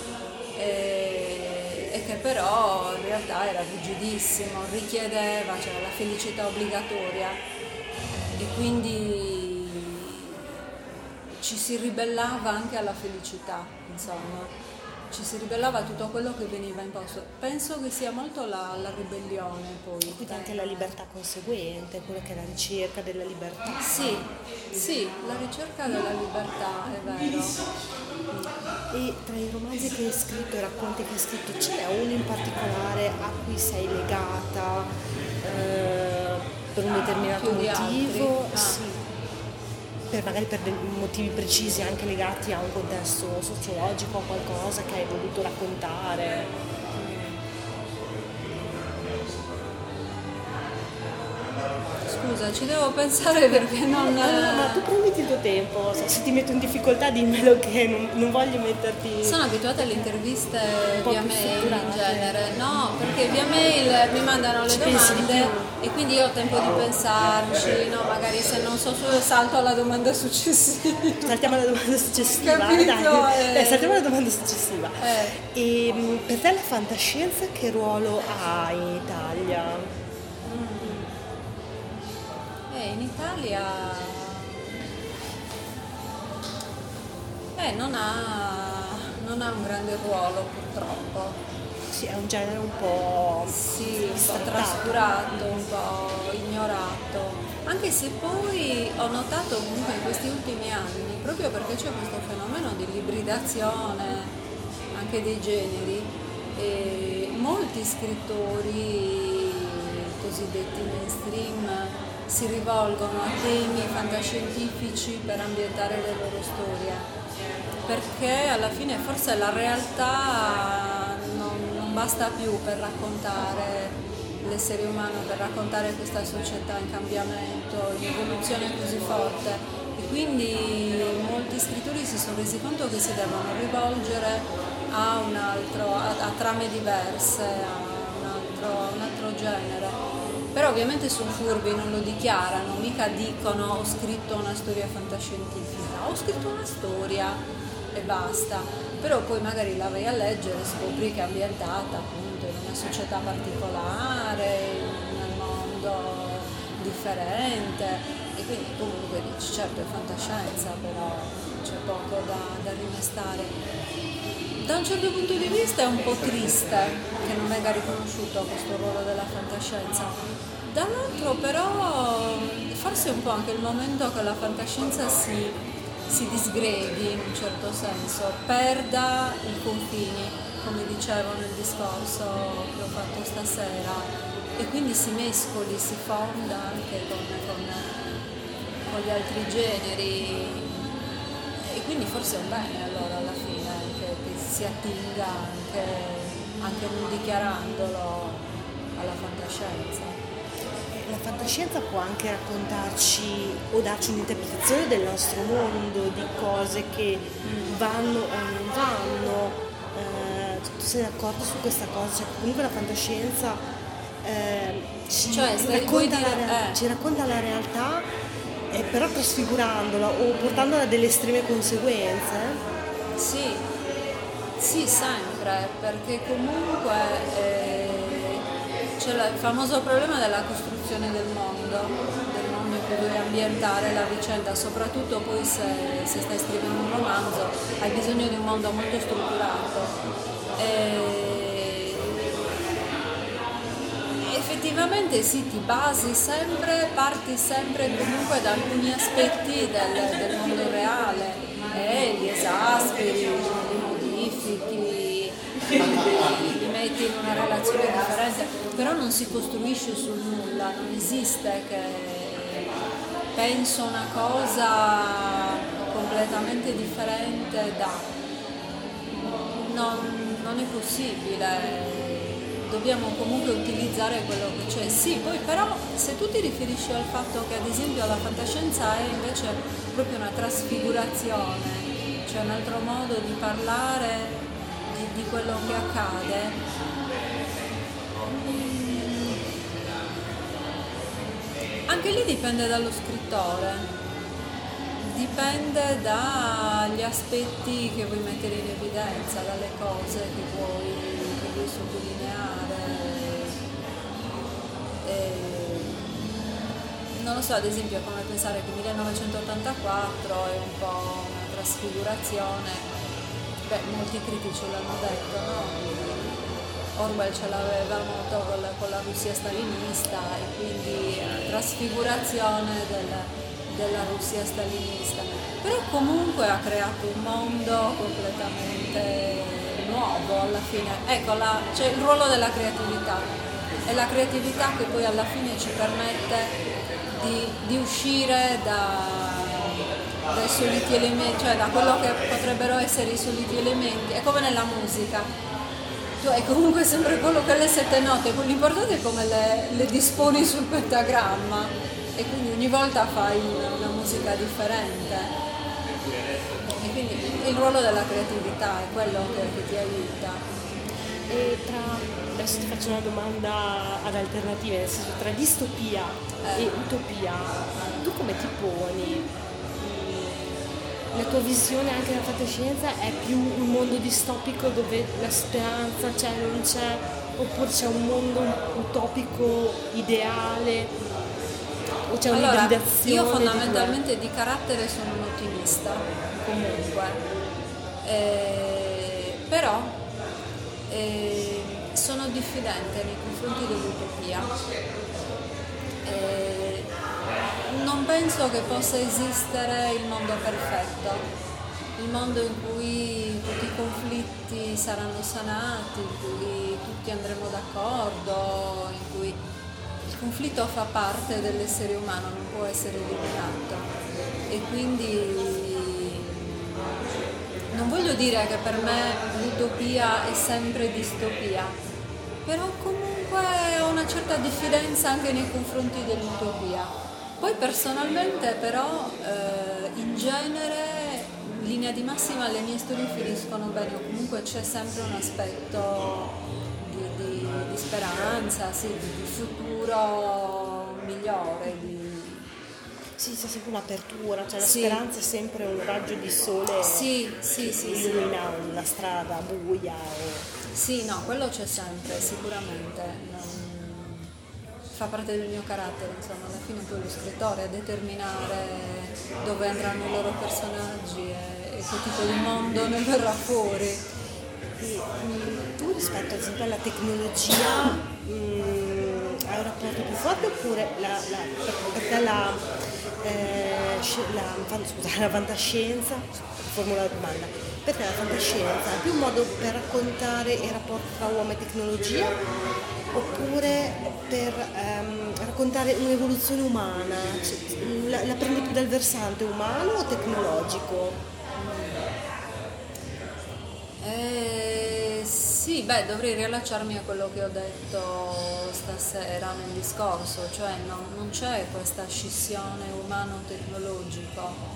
E, e che però in realtà era rigidissimo, richiedeva cioè, la felicità obbligatoria e quindi ci si ribellava anche alla felicità, insomma, ci si ribellava a tutto quello che veniva imposto. Penso che sia molto la, la ribellione poi. Quindi anche la libertà conseguente, quella che è la ricerca della libertà. Sì, sì, la ricerca della libertà, è vero. E tra i romanzi che hai scritto, i racconti che hai scritto, c'è uno in particolare a cui sei legata eh, per un determinato Più di motivo? altri? Ah. Sì. Per, magari per dei motivi precisi anche legati a un contesto sociologico, a qualcosa che hai voluto raccontare. scusa, ci devo pensare perché non... No, no, ma tu prenditi il tuo tempo, se se ti metto in difficoltà dimmelo che non, non voglio metterti... Sono abituata alle interviste Un po' via più mail in strutturate. genere, no, perché via mail mi mandano le Ci pensi di domande e quindi io ho tempo di pensarci, no, magari se non so su salto alla domanda successiva. Saltiamo alla domanda successiva, Capito, dai, eh. Dai, saltiamo alla domanda successiva. Eh. E mh, per te la fantascienza che ruolo ha in Italia? Eh, in Italia eh, non, ha, non ha un grande ruolo purtroppo. Sì, è un genere un po' Sì, un po' strattato. trascurato, un po' ignorato, anche se poi ho notato comunque in questi ultimi anni, proprio perché c'è questo fenomeno di ibridazione anche dei generi, e molti scrittori cosiddetti mainstream si rivolgono a temi fantascientifici per ambientare le loro storie, perché alla fine forse la realtà non, non basta più per raccontare l'essere umano, per raccontare questa società in cambiamento, in evoluzione così forte, e quindi molti scrittori si sono resi conto che si devono rivolgere a un altro, a, a trame diverse, a un altro, un altro genere. Però ovviamente sono furbi, non lo dichiarano, mica dicono ho scritto una storia fantascientifica, ho scritto una storia e basta. Però poi magari la vai a leggere e scopri che è ambientata appunto in una società particolare, in un mondo differente, e quindi comunque dici certo è fantascienza, però c'è poco da, da rimestare. Da un certo punto di vista è un po' triste che non venga riconosciuto questo ruolo della fantascienza. Dall'altro però forse è un po' anche il momento che la fantascienza si, si disgreghi in un certo senso, perda i confini, come dicevo nel discorso che ho fatto stasera, e quindi si mescoli, si fonda anche con, con, con gli altri generi, e quindi forse è un bene allora alla fine che, che si attinga anche, anche non dichiarandolo alla fantascienza. La fantascienza può anche raccontarci o darci un'interpretazione del nostro mondo, di cose che vanno o non vanno. Eh, tu sei d'accordo su questa cosa? Cioè, comunque la fantascienza eh, ci, Cioè, stai- vuoi racconta la, dire- rea- eh. ci racconta la realtà, eh, però trasfigurandola o portandola a delle estreme conseguenze. Sì, sì, sempre, perché comunque eh, c'è la- il famoso problema della costruzione del mondo, del mondo in cui devi ambientare la vicenda, soprattutto poi se, se stai scrivendo un romanzo, hai bisogno di un mondo molto strutturato. E effettivamente sì, ti basi sempre, parti sempre comunque da alcuni aspetti del, del mondo reale, e li esasperi, li modifichi, li metti in una relazione differente, però non si costruisce sul nulla, non esiste che penso una cosa completamente differente da... Non, non è possibile. Dobbiamo comunque utilizzare quello che c'è. Sì, poi però se tu ti riferisci al fatto che ad esempio la fantascienza è invece proprio una trasfigurazione, cioè un altro modo di parlare di, di quello che accade, anche lì dipende dallo scrittore, dipende dagli aspetti che vuoi mettere in evidenza, dalle cose che vuoi, che vuoi sottolineare. E, non lo so, ad esempio, come pensare che millenovecentottantaquattro è un po' una trasfigurazione. Beh, molti critici l'hanno detto, no? Orwell ce l'aveva molto con la, con la Russia stalinista, e quindi eh, trasfigurazione del, della Russia stalinista. Però comunque ha creato un mondo completamente nuovo alla fine. Ecco, la, c'è il ruolo della creatività. È la creatività che poi alla fine ci permette di, di uscire da, dai soliti elementi, cioè da quello che potrebbero essere i soliti elementi. È come nella musica. Tu hai comunque sempre quello che le sette note, l'importante è come le, le disponi sul pentagramma. e quindi ogni volta fai una musica differente. E quindi il ruolo della creatività è quello che, che ti aiuta. E tra, adesso ti faccio una domanda ad alternative, nel senso tra distopia Eh. e utopia, tu come ti poni? La tua visione anche della fantascienza è più un mondo distopico dove la speranza c'è, non c'è, oppure c'è un mondo utopico ideale, o c'è Allora, un'ibridazione? io di fondamentalmente di carattere sono un ottimista, comunque. Eh, però eh, sono diffidente nei confronti dell'utopia. Eh, non penso che possa esistere il mondo perfetto, il mondo in cui tutti i conflitti saranno sanati, in cui tutti andremo d'accordo, in cui il conflitto fa parte dell'essere umano, non può essere eliminato. E quindi non voglio dire che per me l'utopia è sempre distopia, però comunque ho una certa diffidenza anche nei confronti dell'utopia. Poi personalmente però eh, in genere in linea di massima le mie storie finiscono bene, o comunque c'è sempre un aspetto di, di, di speranza, sì, di, di futuro migliore. Di... Sì, c'è sempre un'apertura, cioè la Sì. speranza è sempre un raggio di sole Sì, sì, che sì, sì. illumina una strada buia. O... Sì, no, quello c'è sempre, sicuramente. Non... Fa parte del mio carattere, insomma, alla fine poi lo scrittore a determinare dove andranno i loro personaggi e, e che tipo di mondo ne verrà fuori. E, mh, tu rispetto ad esempio alla tecnologia mh, hai un rapporto più forte oppure la, la, per te la, eh, sci- la, fan- scusa, la fantascienza, formula la domanda, per te la fantascienza è più un modo per raccontare i rapporti tra uomo e tecnologia oppure per ehm, raccontare un'evoluzione umana? Cioè, la, la prendi più dal versante umano o tecnologico? Eh, sì, beh, dovrei riallacciarmi a quello che ho detto stasera nel discorso, cioè non, non c'è questa scissione umano-tecnologico.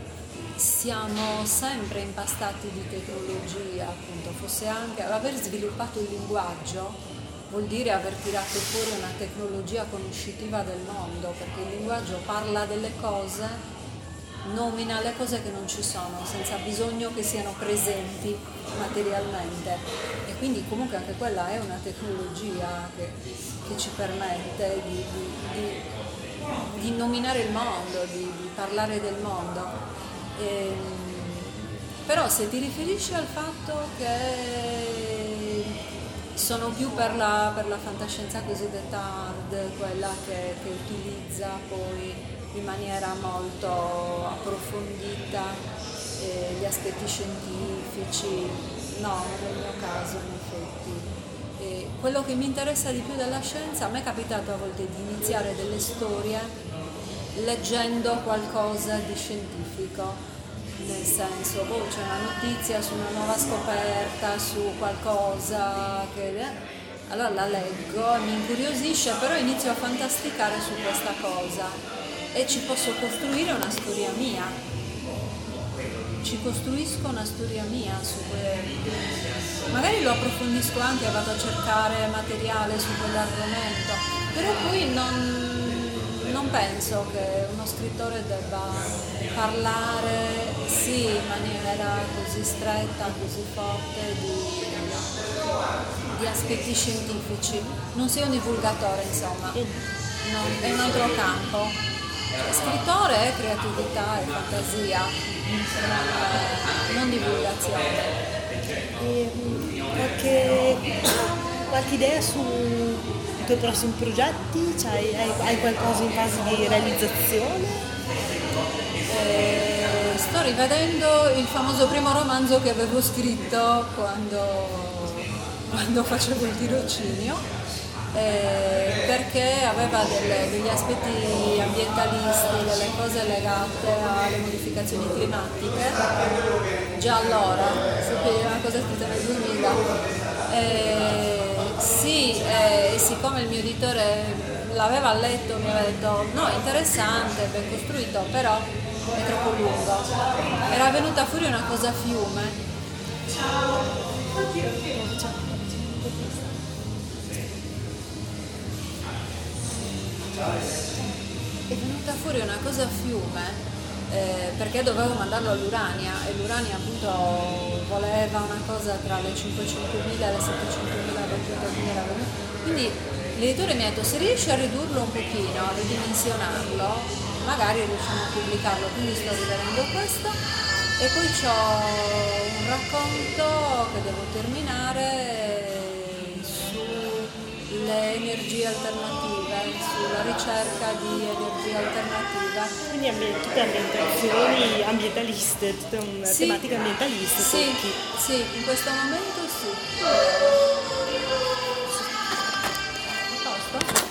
Siamo sempre impastati di tecnologia, appunto, fosse anche aver sviluppato il linguaggio vuol dire aver tirato fuori una tecnologia conoscitiva del mondo, perché il linguaggio parla delle cose, nomina le cose che non ci sono, senza bisogno che siano presenti materialmente. E quindi comunque anche quella è una tecnologia che, che ci permette di, di, di, di nominare il mondo, di, di parlare del mondo. E, però se ti riferisci al fatto che sono più per la, per la fantascienza cosiddetta hard, quella che, che utilizza poi in maniera molto approfondita eh, gli aspetti scientifici, no, nel mio caso in effetti. E quello che mi interessa di più della scienza, a me è capitato a volte di iniziare delle storie leggendo qualcosa di scientifico. Nel senso, boh, c'è una notizia su una nuova scoperta, su qualcosa che... Allora la leggo, mi incuriosisce, però inizio a fantasticare su questa cosa e ci posso costruire una storia mia. Ci costruisco una storia mia su que... Magari lo approfondisco anche, vado a cercare materiale su quell'argomento, però poi non, non penso che uno scrittore debba parlare sì in maniera così stretta, così forte di, di aspetti scientifici. Non sei un divulgatore, insomma, non, è un altro campo. Cioè, scrittore è creatività e fantasia, non, non divulgazione. E, qualche, qualche idea sui tuoi prossimi progetti? Cioè, hai, hai qualcosa in fase di realizzazione? Eh, sto rivedendo il famoso primo romanzo che avevo scritto quando, quando facevo il tirocinio, eh, perché aveva delle, degli aspetti ambientalisti, delle cose legate alle modificazioni climatiche. Già allora, sapevo, una cosa scritta nel duemila. Eh, sì, eh, siccome il mio editore l'aveva letto, mi aveva detto no, interessante, ben costruito, però è troppo lungo. Era venuta fuori una cosa a fiume. È venuta fuori una cosa a fiume eh, perché dovevo mandarlo all'Urania e l'Urania appunto voleva una cosa tra le cinquecentomila e le settecentomila ottocentomila, quindi l'editore mi ha detto se riesci a ridurlo un pochino, a ridimensionarlo, magari riusciamo a pubblicarlo, quindi sto rivedendo questo e poi c'ho un racconto che devo terminare sulle energie alternative, sulla ricerca di energia alternativa. Quindi ambien- tutte ambientazioni ambientaliste, tutte una Sì. tematica ambientalista. Sì, tocchi. sì, in questo momento sì. A posto?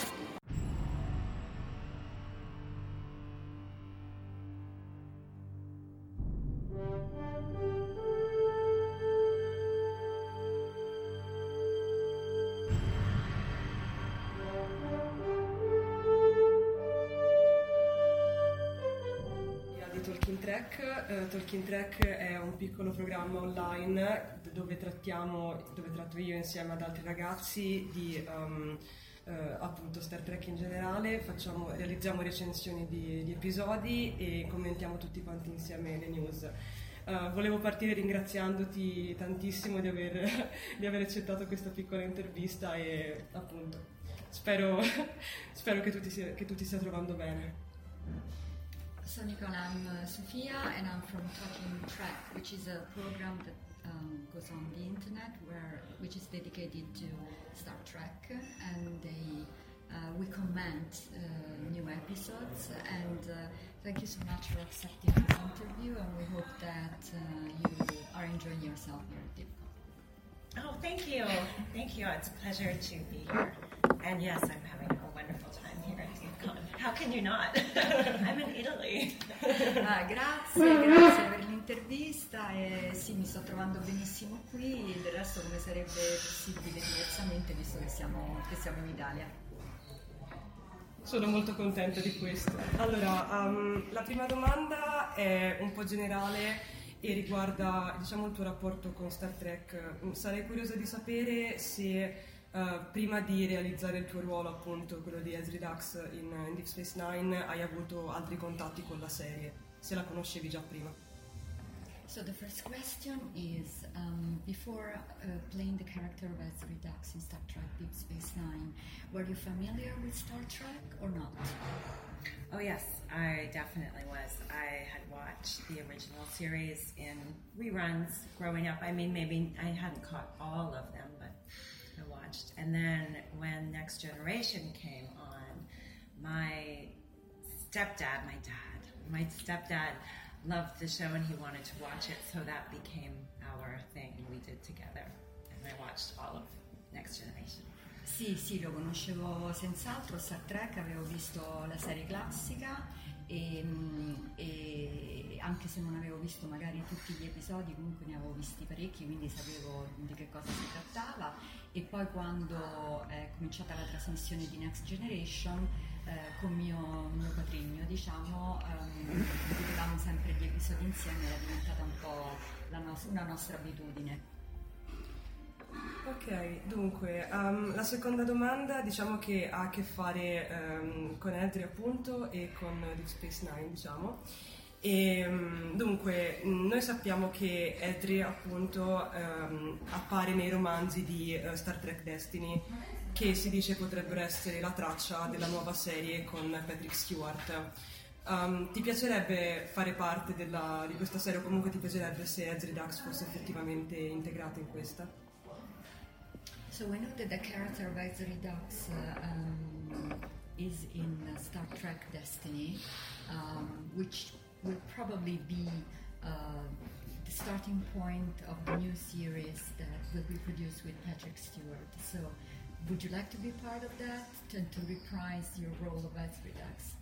Di Talking Track. Eh, Talking Track è un piccolo programma online dove trattiamo, dove tratto io insieme ad altri ragazzi di um, eh, appunto Star Trek in generale, facciamo, realizziamo recensioni di, di episodi e commentiamo tutti quanti insieme le news. Uh, volevo partire ringraziandoti tantissimo di aver, di aver accettato questa piccola intervista e appunto spero, spero che tu ti sia, che tu ti stia trovando bene. So Nicole, I'm uh, Sofia and I'm from Talking Track, which is a program that um, goes on the internet where which is dedicated to Star Trek, and they uh, we comment uh, new episodes, and uh, thank you so much for accepting this interview, and we hope that uh, you are enjoying yourself here at DIPCON. Oh, thank you. Thank you. It's a pleasure to be here. And yes, I'm having a wonderful time here at DIPCON. How can you not? I'm in Italy. Ah, grazie, grazie per l'intervista e sì, mi sto trovando benissimo qui, del resto come sarebbe possibile diversamente visto che siamo, che siamo in Italia. Sono molto contenta di questo. Allora, um, la prima domanda è un po' generale e riguarda, diciamo, il tuo rapporto con Star Trek. Sarei curiosa di sapere se uh, prima di realizzare il tuo ruolo, appunto, quello di Ezri Dax in, in Deep Space Nine, hai avuto altri contatti con la serie, se la conoscevi già prima. So the first question is, um, before uh, playing the character of Ezri Dax in Star Trek Deep Space Nine, were you familiar with Star Trek or not? Oh yes, I definitely was. I had watched the original series in reruns growing up. I mean, maybe I hadn't caught all of them, but I watched. And then when Next Generation came on, my stepdad, my dad, my stepdad loved the show and he wanted to watch it, so that became our thing we did together. And I watched all of Next Generation. Sì, sì, lo conoscevo senz'altro, Star Trek, avevo visto la serie classica e, e anche se non avevo visto magari tutti gli episodi, comunque ne avevo visti parecchi, quindi sapevo di che cosa si trattava. E poi quando è cominciata la trasmissione di Next Generation, eh, con mio, mio patrigno, diciamo, ehm, vedevamo sempre gli episodi insieme, era diventata un po' la nos- una nostra abitudine. Ok, dunque, um, la seconda domanda diciamo che ha a che fare um, con Ezri appunto e con Deep Space Nine, diciamo. E, um, dunque, noi sappiamo che Ezri appunto um, appare nei romanzi di uh, Star Trek Destiny, che si dice potrebbero essere la traccia della nuova serie con Patrick Stewart. Um, ti piacerebbe fare parte della, di questa serie o comunque ti piacerebbe se Ezri Dax fosse effettivamente integrato in questa? So we know that the character of Ezri Dax uh, um, is in uh, Star Trek Destiny, um, which will probably be uh, the starting point of the new series that will be produced with Patrick Stewart. So would you like to be part of that, to, to reprise your role of Ezri Dax?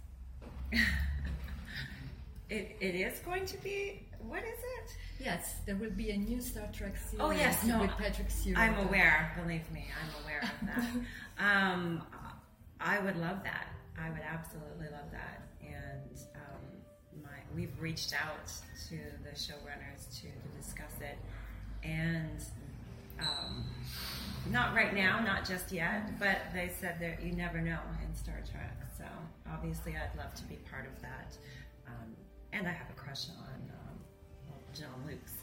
It, it is going to be, what is it? Yes, there will be a new Star Trek series Oh yes, no, with Patrick Stewart. I'm aware, believe me, I'm aware of that. um, I would love that. I would absolutely love that. And um, my, we've reached out to the showrunners to, to discuss it. And um, not right now, not just yet, but they said that you never know in Star Trek. So obviously I'd love to be part of that. Um, and I have a crush on um, well, Jean-Luc, so...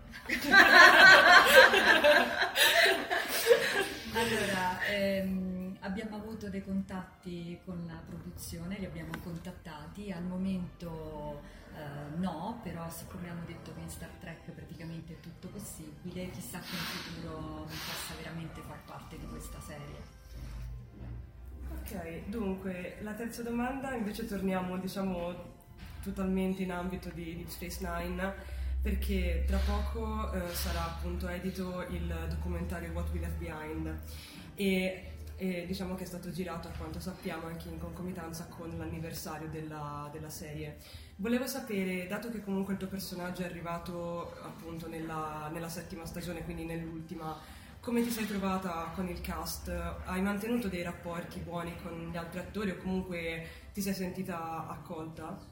Allora, ehm, abbiamo avuto dei contatti con la produzione, li abbiamo contattati, al momento eh, no, però siccome hanno detto che in Star Trek praticamente è tutto possibile, chissà che in futuro possa veramente far parte di questa serie. Ok, dunque, la terza domanda invece torniamo, diciamo, totalmente in ambito di Deep Space Nine, perché tra poco eh, sarà appunto edito il documentario What We Left Behind e, e diciamo che è stato girato, a quanto sappiamo, anche in concomitanza con l'anniversario della, della serie. Volevo sapere, dato che comunque il tuo personaggio è arrivato appunto nella, nella settima stagione, quindi nell'ultima, come ti sei trovata con il cast? Hai mantenuto dei rapporti buoni con gli altri attori o comunque ti sei sentita accolta?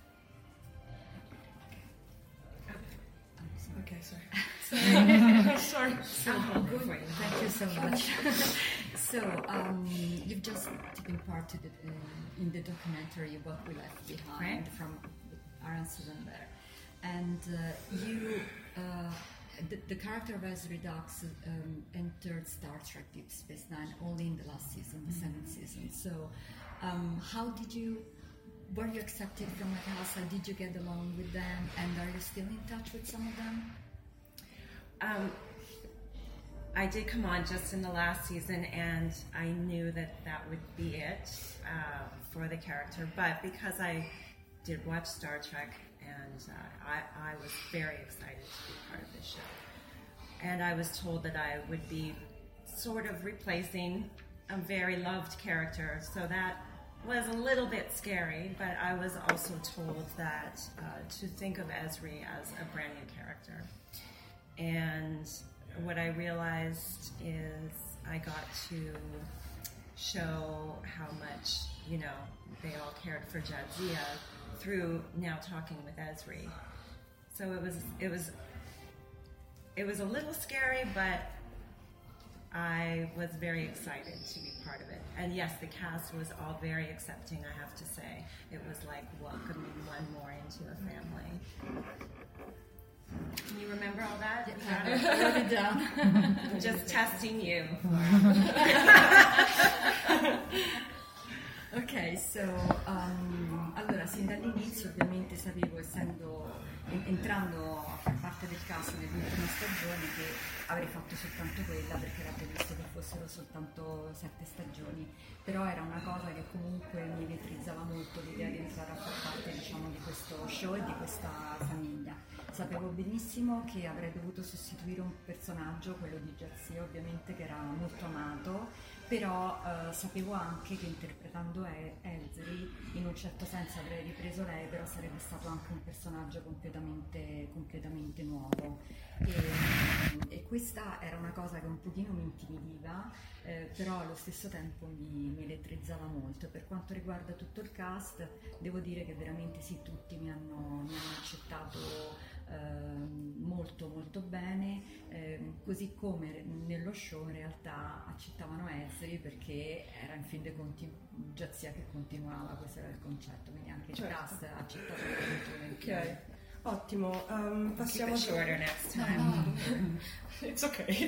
Okay, sorry. Sorry. So, good. Thank you so much. So, um, you've just taken part in the, uh, in the documentary What We Left Behind right. from Aaron Susanberg, and uh, you, uh, the, the character of Ezri Dux um, entered Star Trek Deep Space Nine only in the last season, the seventh season. So, um, how did you? Were you accepted from the cast? Did you get along with them? And are you still in touch with some of them? Um, I did come on just in the last season, and I knew that that would be it uh, for the character. But because I did watch Star Trek, and uh, I, I was very excited to be part of this show. And I was told that I would be sort of replacing a very loved character, so that was a little bit scary, but I was also told that uh, to think of Ezri as a brand new character. And what I realized is I got to show how much, you know, they all cared for Jadzia through now talking with Ezri. So it was, it was, it was a little scary, but I was very excited to be part of it. And yes, the cast was all very accepting, I have to say. It was like welcoming one more into a family. Can you remember all that? Yeah, I wrote it down. I'm just testing you. Ok, so, um, allora sin dall'inizio ovviamente sapevo, essendo en- entrando a far parte del cast nell'ultima stagione, che avrei fatto soltanto quella, perché era previsto che fossero soltanto sette stagioni, però era una cosa che comunque mi elettrizzava molto, l'idea di entrare a far parte, diciamo, di questo show e di questa famiglia. Sapevo benissimo che avrei dovuto sostituire un personaggio, quello di Jadzia, ovviamente, che era molto amato, però eh, sapevo anche che interpretando Ezri in un certo senso avrei ripreso lei, però sarebbe stato anche un personaggio completamente, completamente nuovo e, e questa era una cosa che un pochino mi intimidiva, eh, però allo stesso tempo mi, mi elettrizzava molto. Per quanto riguarda tutto il cast, devo dire che veramente sì, tutti mi hanno, mi hanno accettato Uh, molto molto bene, uh, così come nello show in realtà accettavano Ezri perché era in fin dei conti Jadzia che continuava, questo era il concetto, quindi anche il certo. cast ha accettato volentieri. Ok, ottimo. Um, passiamo Keep it shorter next time. No, it's okay.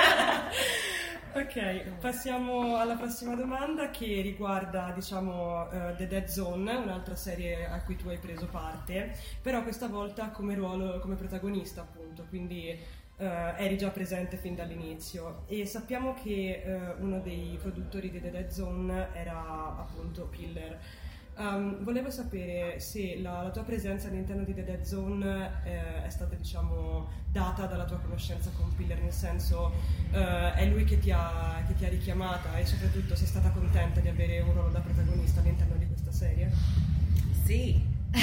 Ok, passiamo alla prossima domanda che riguarda, diciamo, uh, The Dead Zone, un'altra serie a cui tu hai preso parte, però questa volta come ruolo, come protagonista appunto, quindi uh, eri già presente fin dall'inizio e sappiamo che uh, uno dei produttori di The Dead Zone era appunto Piller. Um, volevo sapere se la, la tua presenza all'interno di The Dead Zone eh, è stata, diciamo, data dalla tua conoscenza con Piller, nel senso eh, è lui che ti, ha, che ti ha richiamata e soprattutto sei stata contenta di avere un ruolo da protagonista all'interno di questa serie? Sì. I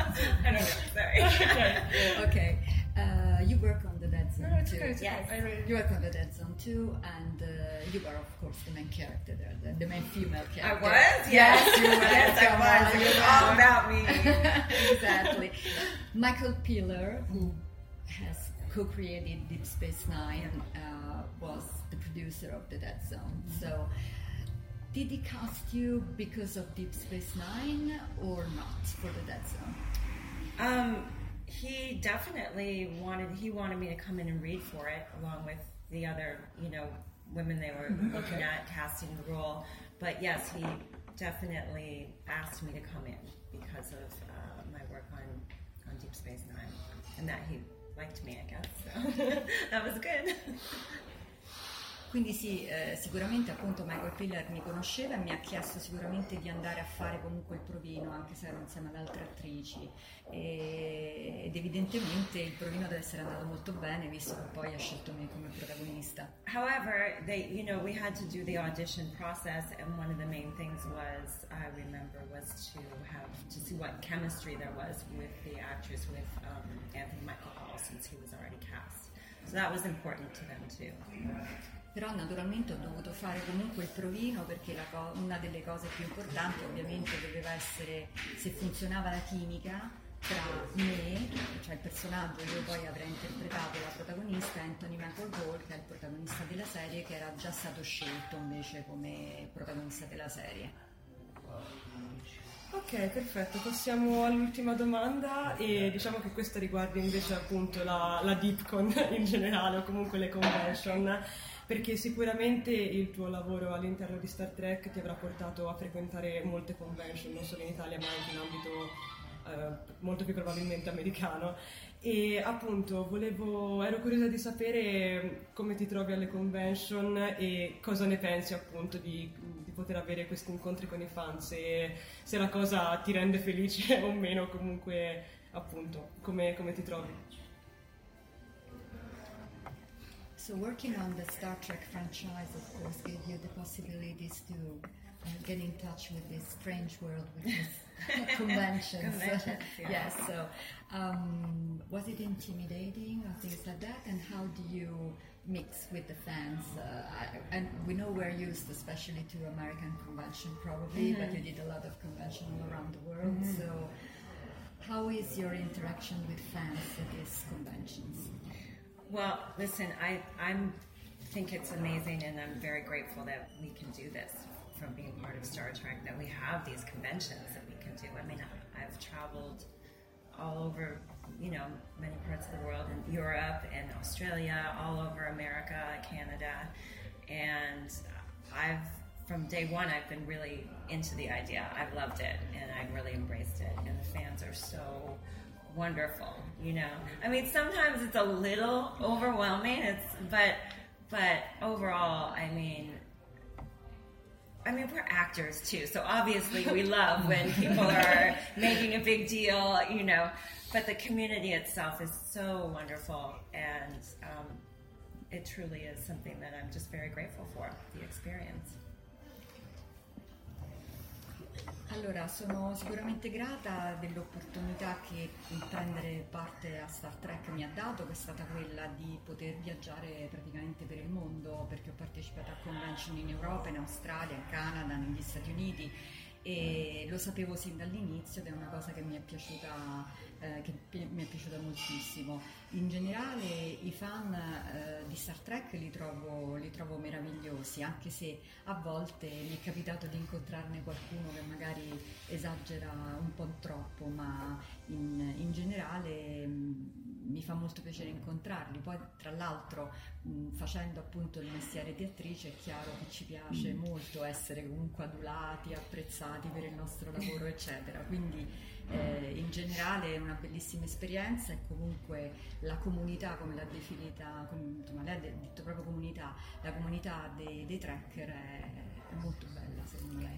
don't know, sorry. Okay, uh, you work on The Dead Zone No, it's too. okay, it's Yes. okay. I really, You work on the Dead Zone too, and uh, you were, of course, the main character there, the, the main female I character. was? Yes, you were. Yes, I Come was. on, It was you all know. about me. Exactly. Michael Piller, who has co-created Deep Space Nine, uh, was the producer of the Dead Zone. So, did he cast you because of Deep Space Nine or not for the Dead Zone? Um, he definitely wanted, he wanted me to come in and read for it along with the other, you know, women they were looking Okay. at casting the role. But yes, he definitely asked me to come in because of uh, my work on, on Deep Space Nine. And that he liked me, I guess. So that was good. Quindi sì, eh, sicuramente appunto Michael Piller mi conosceva e mi ha chiesto sicuramente di andare a fare comunque il provino, anche se ero insieme ad altre attrici. E, ed evidentemente il provino deve essere andato molto bene, visto che poi ha scelto me come protagonista. However, they, you know, we had to do the audition process, and one of the main things was, I remember, was to have to see what chemistry there was with the actress, with um, Anthony Michael Hall, since he was already cast. So that was important to them too. Però naturalmente ho dovuto fare comunque il provino perché la co- una delle cose più importanti ovviamente doveva essere se funzionava la chimica tra me, cioè il personaggio che io poi avrei interpretato, la protagonista, e Anthony Michael Hall, che è il protagonista della serie, che era già stato scelto invece come protagonista della serie. Ok, perfetto, passiamo all'ultima domanda e diciamo che questa riguarda invece appunto la, la DeepCon in generale o comunque le convention, perché sicuramente il tuo lavoro all'interno di Star Trek ti avrà portato a frequentare molte convention, non solo in Italia ma anche in ambito eh, molto più probabilmente americano. E appunto volevo, ero curiosa di sapere come ti trovi alle convention e cosa ne pensi appunto di, di poter avere questi incontri con i fan, se, se la cosa ti rende felice o meno, comunque appunto come, come ti trovi. So working on the Star Trek franchise, of course, gave you the possibilities to uh, get in touch with this strange world, with these conventions. Conventions, yeah. Yes. So, um, was it intimidating or things like that? And how do you mix with the fans? Uh, I, and we know we're used, especially to American convention, probably, but you did a lot of convention all around the world. So, how is your interaction with fans at these conventions? Well, listen, I I'm think it's amazing, and I'm very grateful that we can do this from being part of Star Trek, that we have these conventions that we can do. I mean, I- I've traveled all over, you know, many parts of the world, in Europe and Australia, all over America, Canada, and I've, from day one, I've been really into the idea. I've loved it, and I've really embraced it, and the fans are so wonderful, you know. I mean, sometimes it's a little overwhelming, it's but but overall, I mean, I mean, we're actors too, so obviously we love when people are making a big deal, you know. But the community itself is so wonderful, and um, it truly is something that I'm just very grateful for, the experience. Allora, sono sicuramente grata dell'opportunità che prendere parte a Star Trek mi ha dato, che è stata quella di poter viaggiare praticamente per il mondo, perché ho partecipato a convention in Europa, in Australia, in Canada, negli Stati Uniti, e lo sapevo sin dall'inizio ed è una cosa che mi è piaciuta, eh, che pi- mi è piaciuta moltissimo. In generale i fan eh, di Star Trek li trovo, li trovo meravigliosi, anche se a volte mi è capitato di incontrarne qualcuno che magari esagera un po' troppo, ma in, in generale mh, mi fa molto piacere incontrarli. Poi tra l'altro mh, facendo appunto il mestiere di attrice è chiaro che ci piace molto essere comunque adulati, apprezzati per il nostro lavoro eccetera, quindi eh, in generale è una bellissima esperienza, e comunque la comunità, come l'ha definita, come, insomma, lei ha detto proprio comunità, la comunità dei, dei tracker è, è molto bella secondo lei.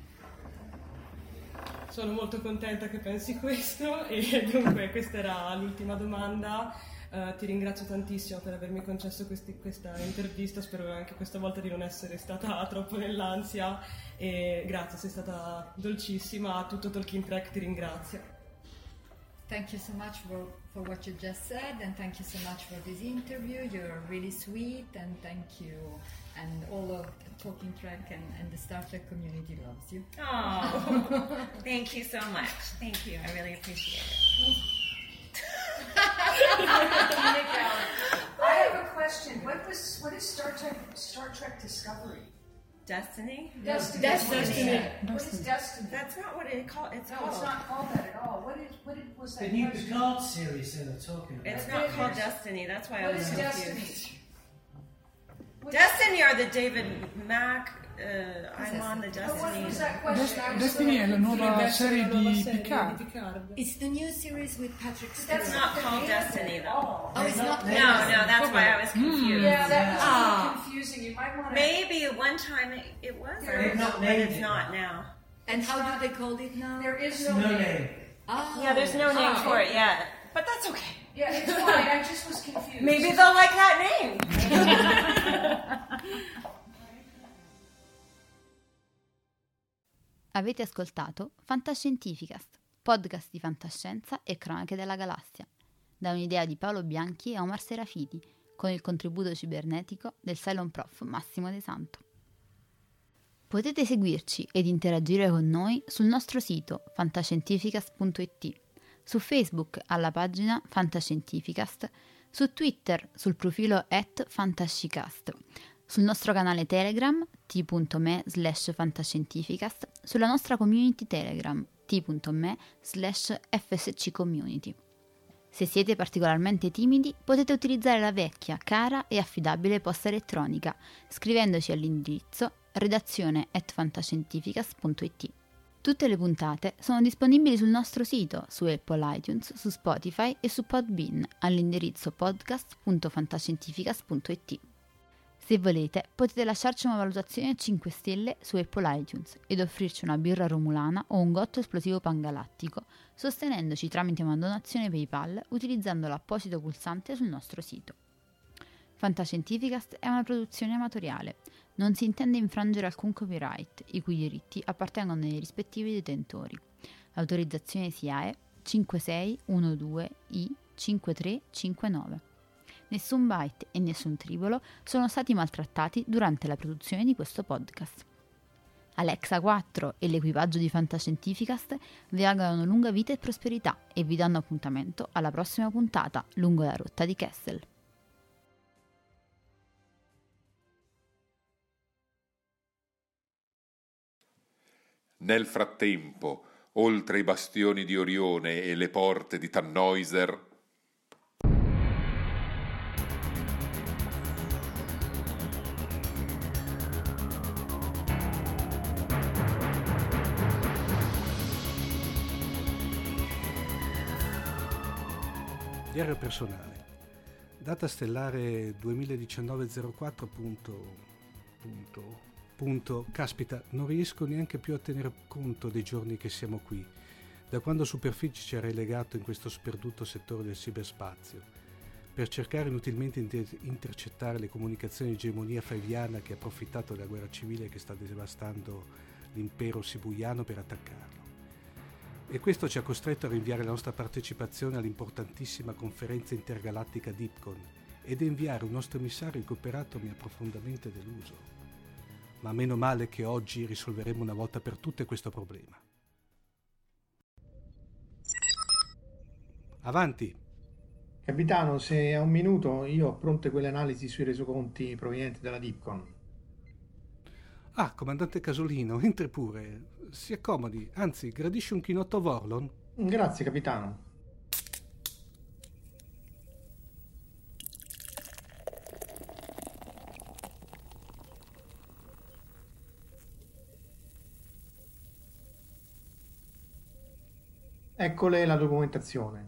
Sono molto contenta che pensi questo e dunque questa era l'ultima domanda. Uh, ti ringrazio tantissimo per avermi concesso questi, questa intervista, spero anche questa volta di non essere stata troppo nell'ansia e grazie, sei stata dolcissima, tutto Talking Trek ti ringrazia. thank you so much for, for what you just said, and thank you so much for this interview. You're really sweet, and thank you. And all of Talking Trek and, and the Star Trek community loves you. Oh, thank you so much. Thank you. I really appreciate it. I have a question. What was what is Star Trek Star Trek Discovery? Destiny? Destiny. Destiny. Destiny. What is Destiny? That's not what it called. It's no, called. it's not called that at all. What is what is, was that? The new question? Picard series that they're talking about. It's not called Destiny. That's why I What was is confused. Destiny? Destiny are the David Mack. Uh, I'm on the Destiny. Des- Destiny è la nuova serie di Picard. It's the new series with Patrick Stewart. That's not called Destiny, though. Oh, it's not. No, no, that's why I was confused. Yeah, that was a Ah. little confusing. You might want to. Maybe at one time it, it was, or They've not, but it's not now. And how do they call it now? There is no, No name. name. Oh. Yeah, there's no name Ah. for it yet, but that's okay. Yeah, it's fine. I just was confused. Maybe they'll like that name. Avete ascoltato Fantascientificast, podcast di fantascienza e cronache della galassia, da un'idea di Paolo Bianchi e Omar Serafiti, con il contributo cibernetico del Cylon Prof Massimo De Santo. Potete seguirci ed interagire con noi sul nostro sito fantascientificast punto it, su Facebook alla pagina Fantascientificast, su Twitter sul profilo at fantascicast, sul nostro canale Telegram t.me slash fantascientificast, sulla nostra community Telegram t.me slash fsccommunity. Se siete particolarmente timidi, potete utilizzare la vecchia, cara e affidabile posta elettronica, scrivendoci all'indirizzo redazione at fantascientificast punto it. Tutte le puntate sono disponibili sul nostro sito, su Apple iTunes, su Spotify e su Podbean, all'indirizzo podcast punto fantascientificast punto it. Se volete, potete lasciarci una valutazione a cinque stelle su Apple iTunes ed offrirci una birra romulana o un gotto esplosivo pangalattico, sostenendoci tramite una donazione PayPal utilizzando l'apposito pulsante sul nostro sito. Fantascientificast è una produzione amatoriale. Non si intende infrangere alcun copyright, i cui diritti appartengono ai rispettivi detentori. L'autorizzazione S I A E cinque sei uno due I cinque tre cinque nove. Nessun byte e nessun tribolo sono stati maltrattati durante la produzione di questo podcast. Alexa quattro e l'equipaggio di Fantascientificast vi augurano lunga vita e prosperità e vi danno appuntamento alla prossima puntata lungo la rotta di Kessel. Nel frattempo, oltre i bastioni di Orione e le porte di Tannhäuser, Diario personale. Data stellare duemiladiciannove zero quattro. Punto, punto, punto. Caspita, non riesco neanche più a tenere conto dei giorni che siamo qui, da quando Superficie ci ha relegato in questo sperduto settore del ciberspazio, per cercare inutilmente di inter- intercettare le comunicazioni di egemonia faviana che ha approfittato della guerra civile che sta devastando l'impero sibuiano per attaccarlo. E questo ci ha costretto a rinviare la nostra partecipazione all'importantissima conferenza intergalattica DeepCon ed a inviare un nostro emissario che operato mi ha profondamente deluso. Ma meno male che oggi risolveremo una volta per tutte questo problema. Avanti! Capitano, se ha un minuto io ho pronte quelle analisi sui resoconti provenienti dalla DeepCon. Ah, comandante Casolino, entri pure. Si accomodi, anzi, gradisci un chinotto Vorlon? Grazie, capitano. Eccole la documentazione.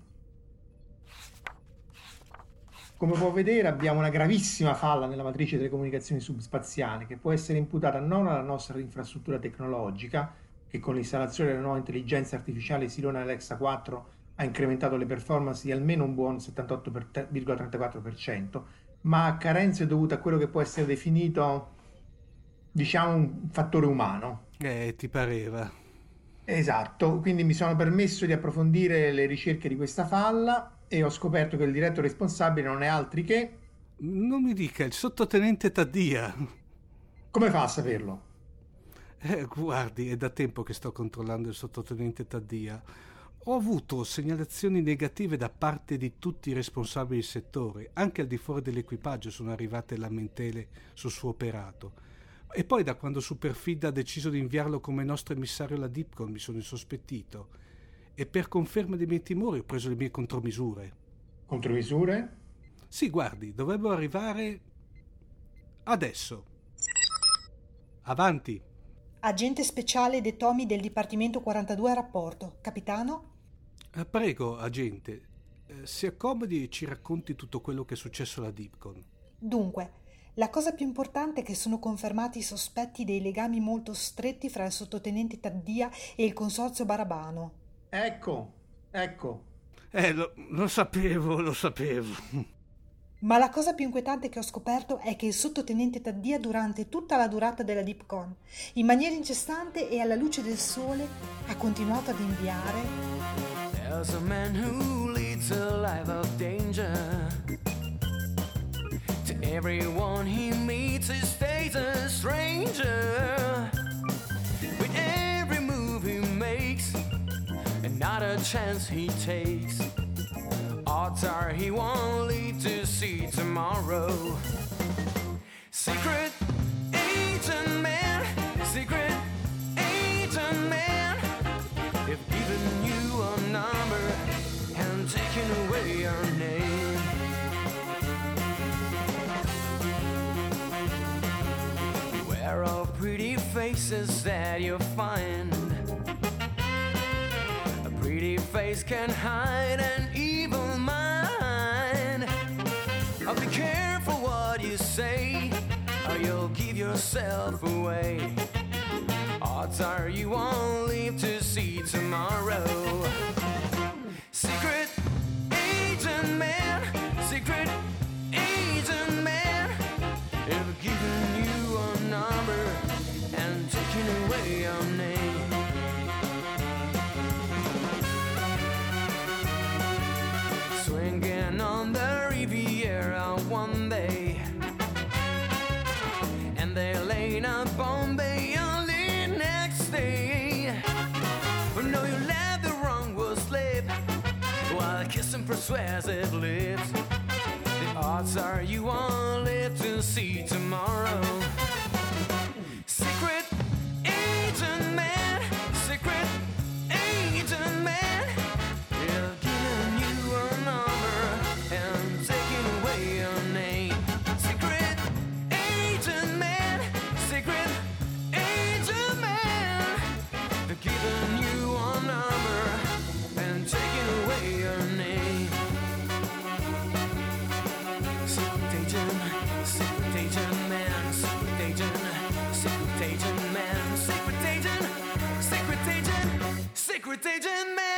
Come può vedere abbiamo una gravissima falla nella matrice delle comunicazioni subspaziali che può essere imputata non alla nostra infrastruttura tecnologica, che con l'installazione della nuova intelligenza artificiale Silone Alexa quattro ha incrementato le performance di almeno un buon settantotto virgola trentaquattro per cento, ma a carenze dovute a quello che può essere definito, diciamo, un fattore umano. Eh, ti pareva. Esatto, quindi mi sono permesso di approfondire le ricerche di questa falla e ho scoperto che il diretto responsabile non è altri che... Non mi dica, il sottotenente Taddia. Come fa a saperlo? Eh, guardi, è da tempo che sto controllando il sottotenente Taddia. Ho avuto segnalazioni negative da parte di tutti i responsabili del settore, anche al di fuori dell'equipaggio sono arrivate lamentele sul suo operato. E poi da quando Superfid ha deciso di inviarlo come nostro emissario alla Dipcon mi sono insospettito e per conferma dei miei timori ho preso le mie contromisure. Contromisure? Sì, guardi, dovrebbero arrivare adesso. Avanti. Agente speciale De Tomi del Dipartimento quarantadue a rapporto. Capitano? Eh, prego, agente, eh, si accomodi e ci racconti tutto quello che è successo alla Dipcon. Dunque, la cosa più importante è che sono confermati i sospetti dei legami molto stretti fra il sottotenente Taddia e il consorzio Barabano. Ecco, ecco. Eh, lo, lo sapevo, lo sapevo. Ma la cosa più inquietante che ho scoperto è che il sottotenente Taddia durante tutta la durata della Dipcon, in maniera incessante e alla luce del sole, ha continuato ad inviare... There's a man who leads a life of danger. To everyone he meets, he stays a stranger. With every move he makes, and not a chance he takes, odds are he won't live to see tomorrow. Secret agent man, secret agent man, if given you a number and taken away your name. Beware of pretty faces that you find. A pretty face can hide an evil mind. Oh, be careful what you say, or you'll give yourself away. Odds are you won't live to see tomorrow. Secret agent man, secret agent man, if given you a number and taken away your name. Swinging on the Riviera one day, and they laid up Bombay on the next day. No, you let the wrong one slip while kissing persuasive lips. The odds are you won't live to see tomorrow. Secret agent man, secret agent man, they've given you a number and taken away your name. Secret agent man, secret agent man, they've given you a number and taken away your name. Secret agent, secret agent man, secret agent, secret agent man, secret agent, secret agent, secret agent man.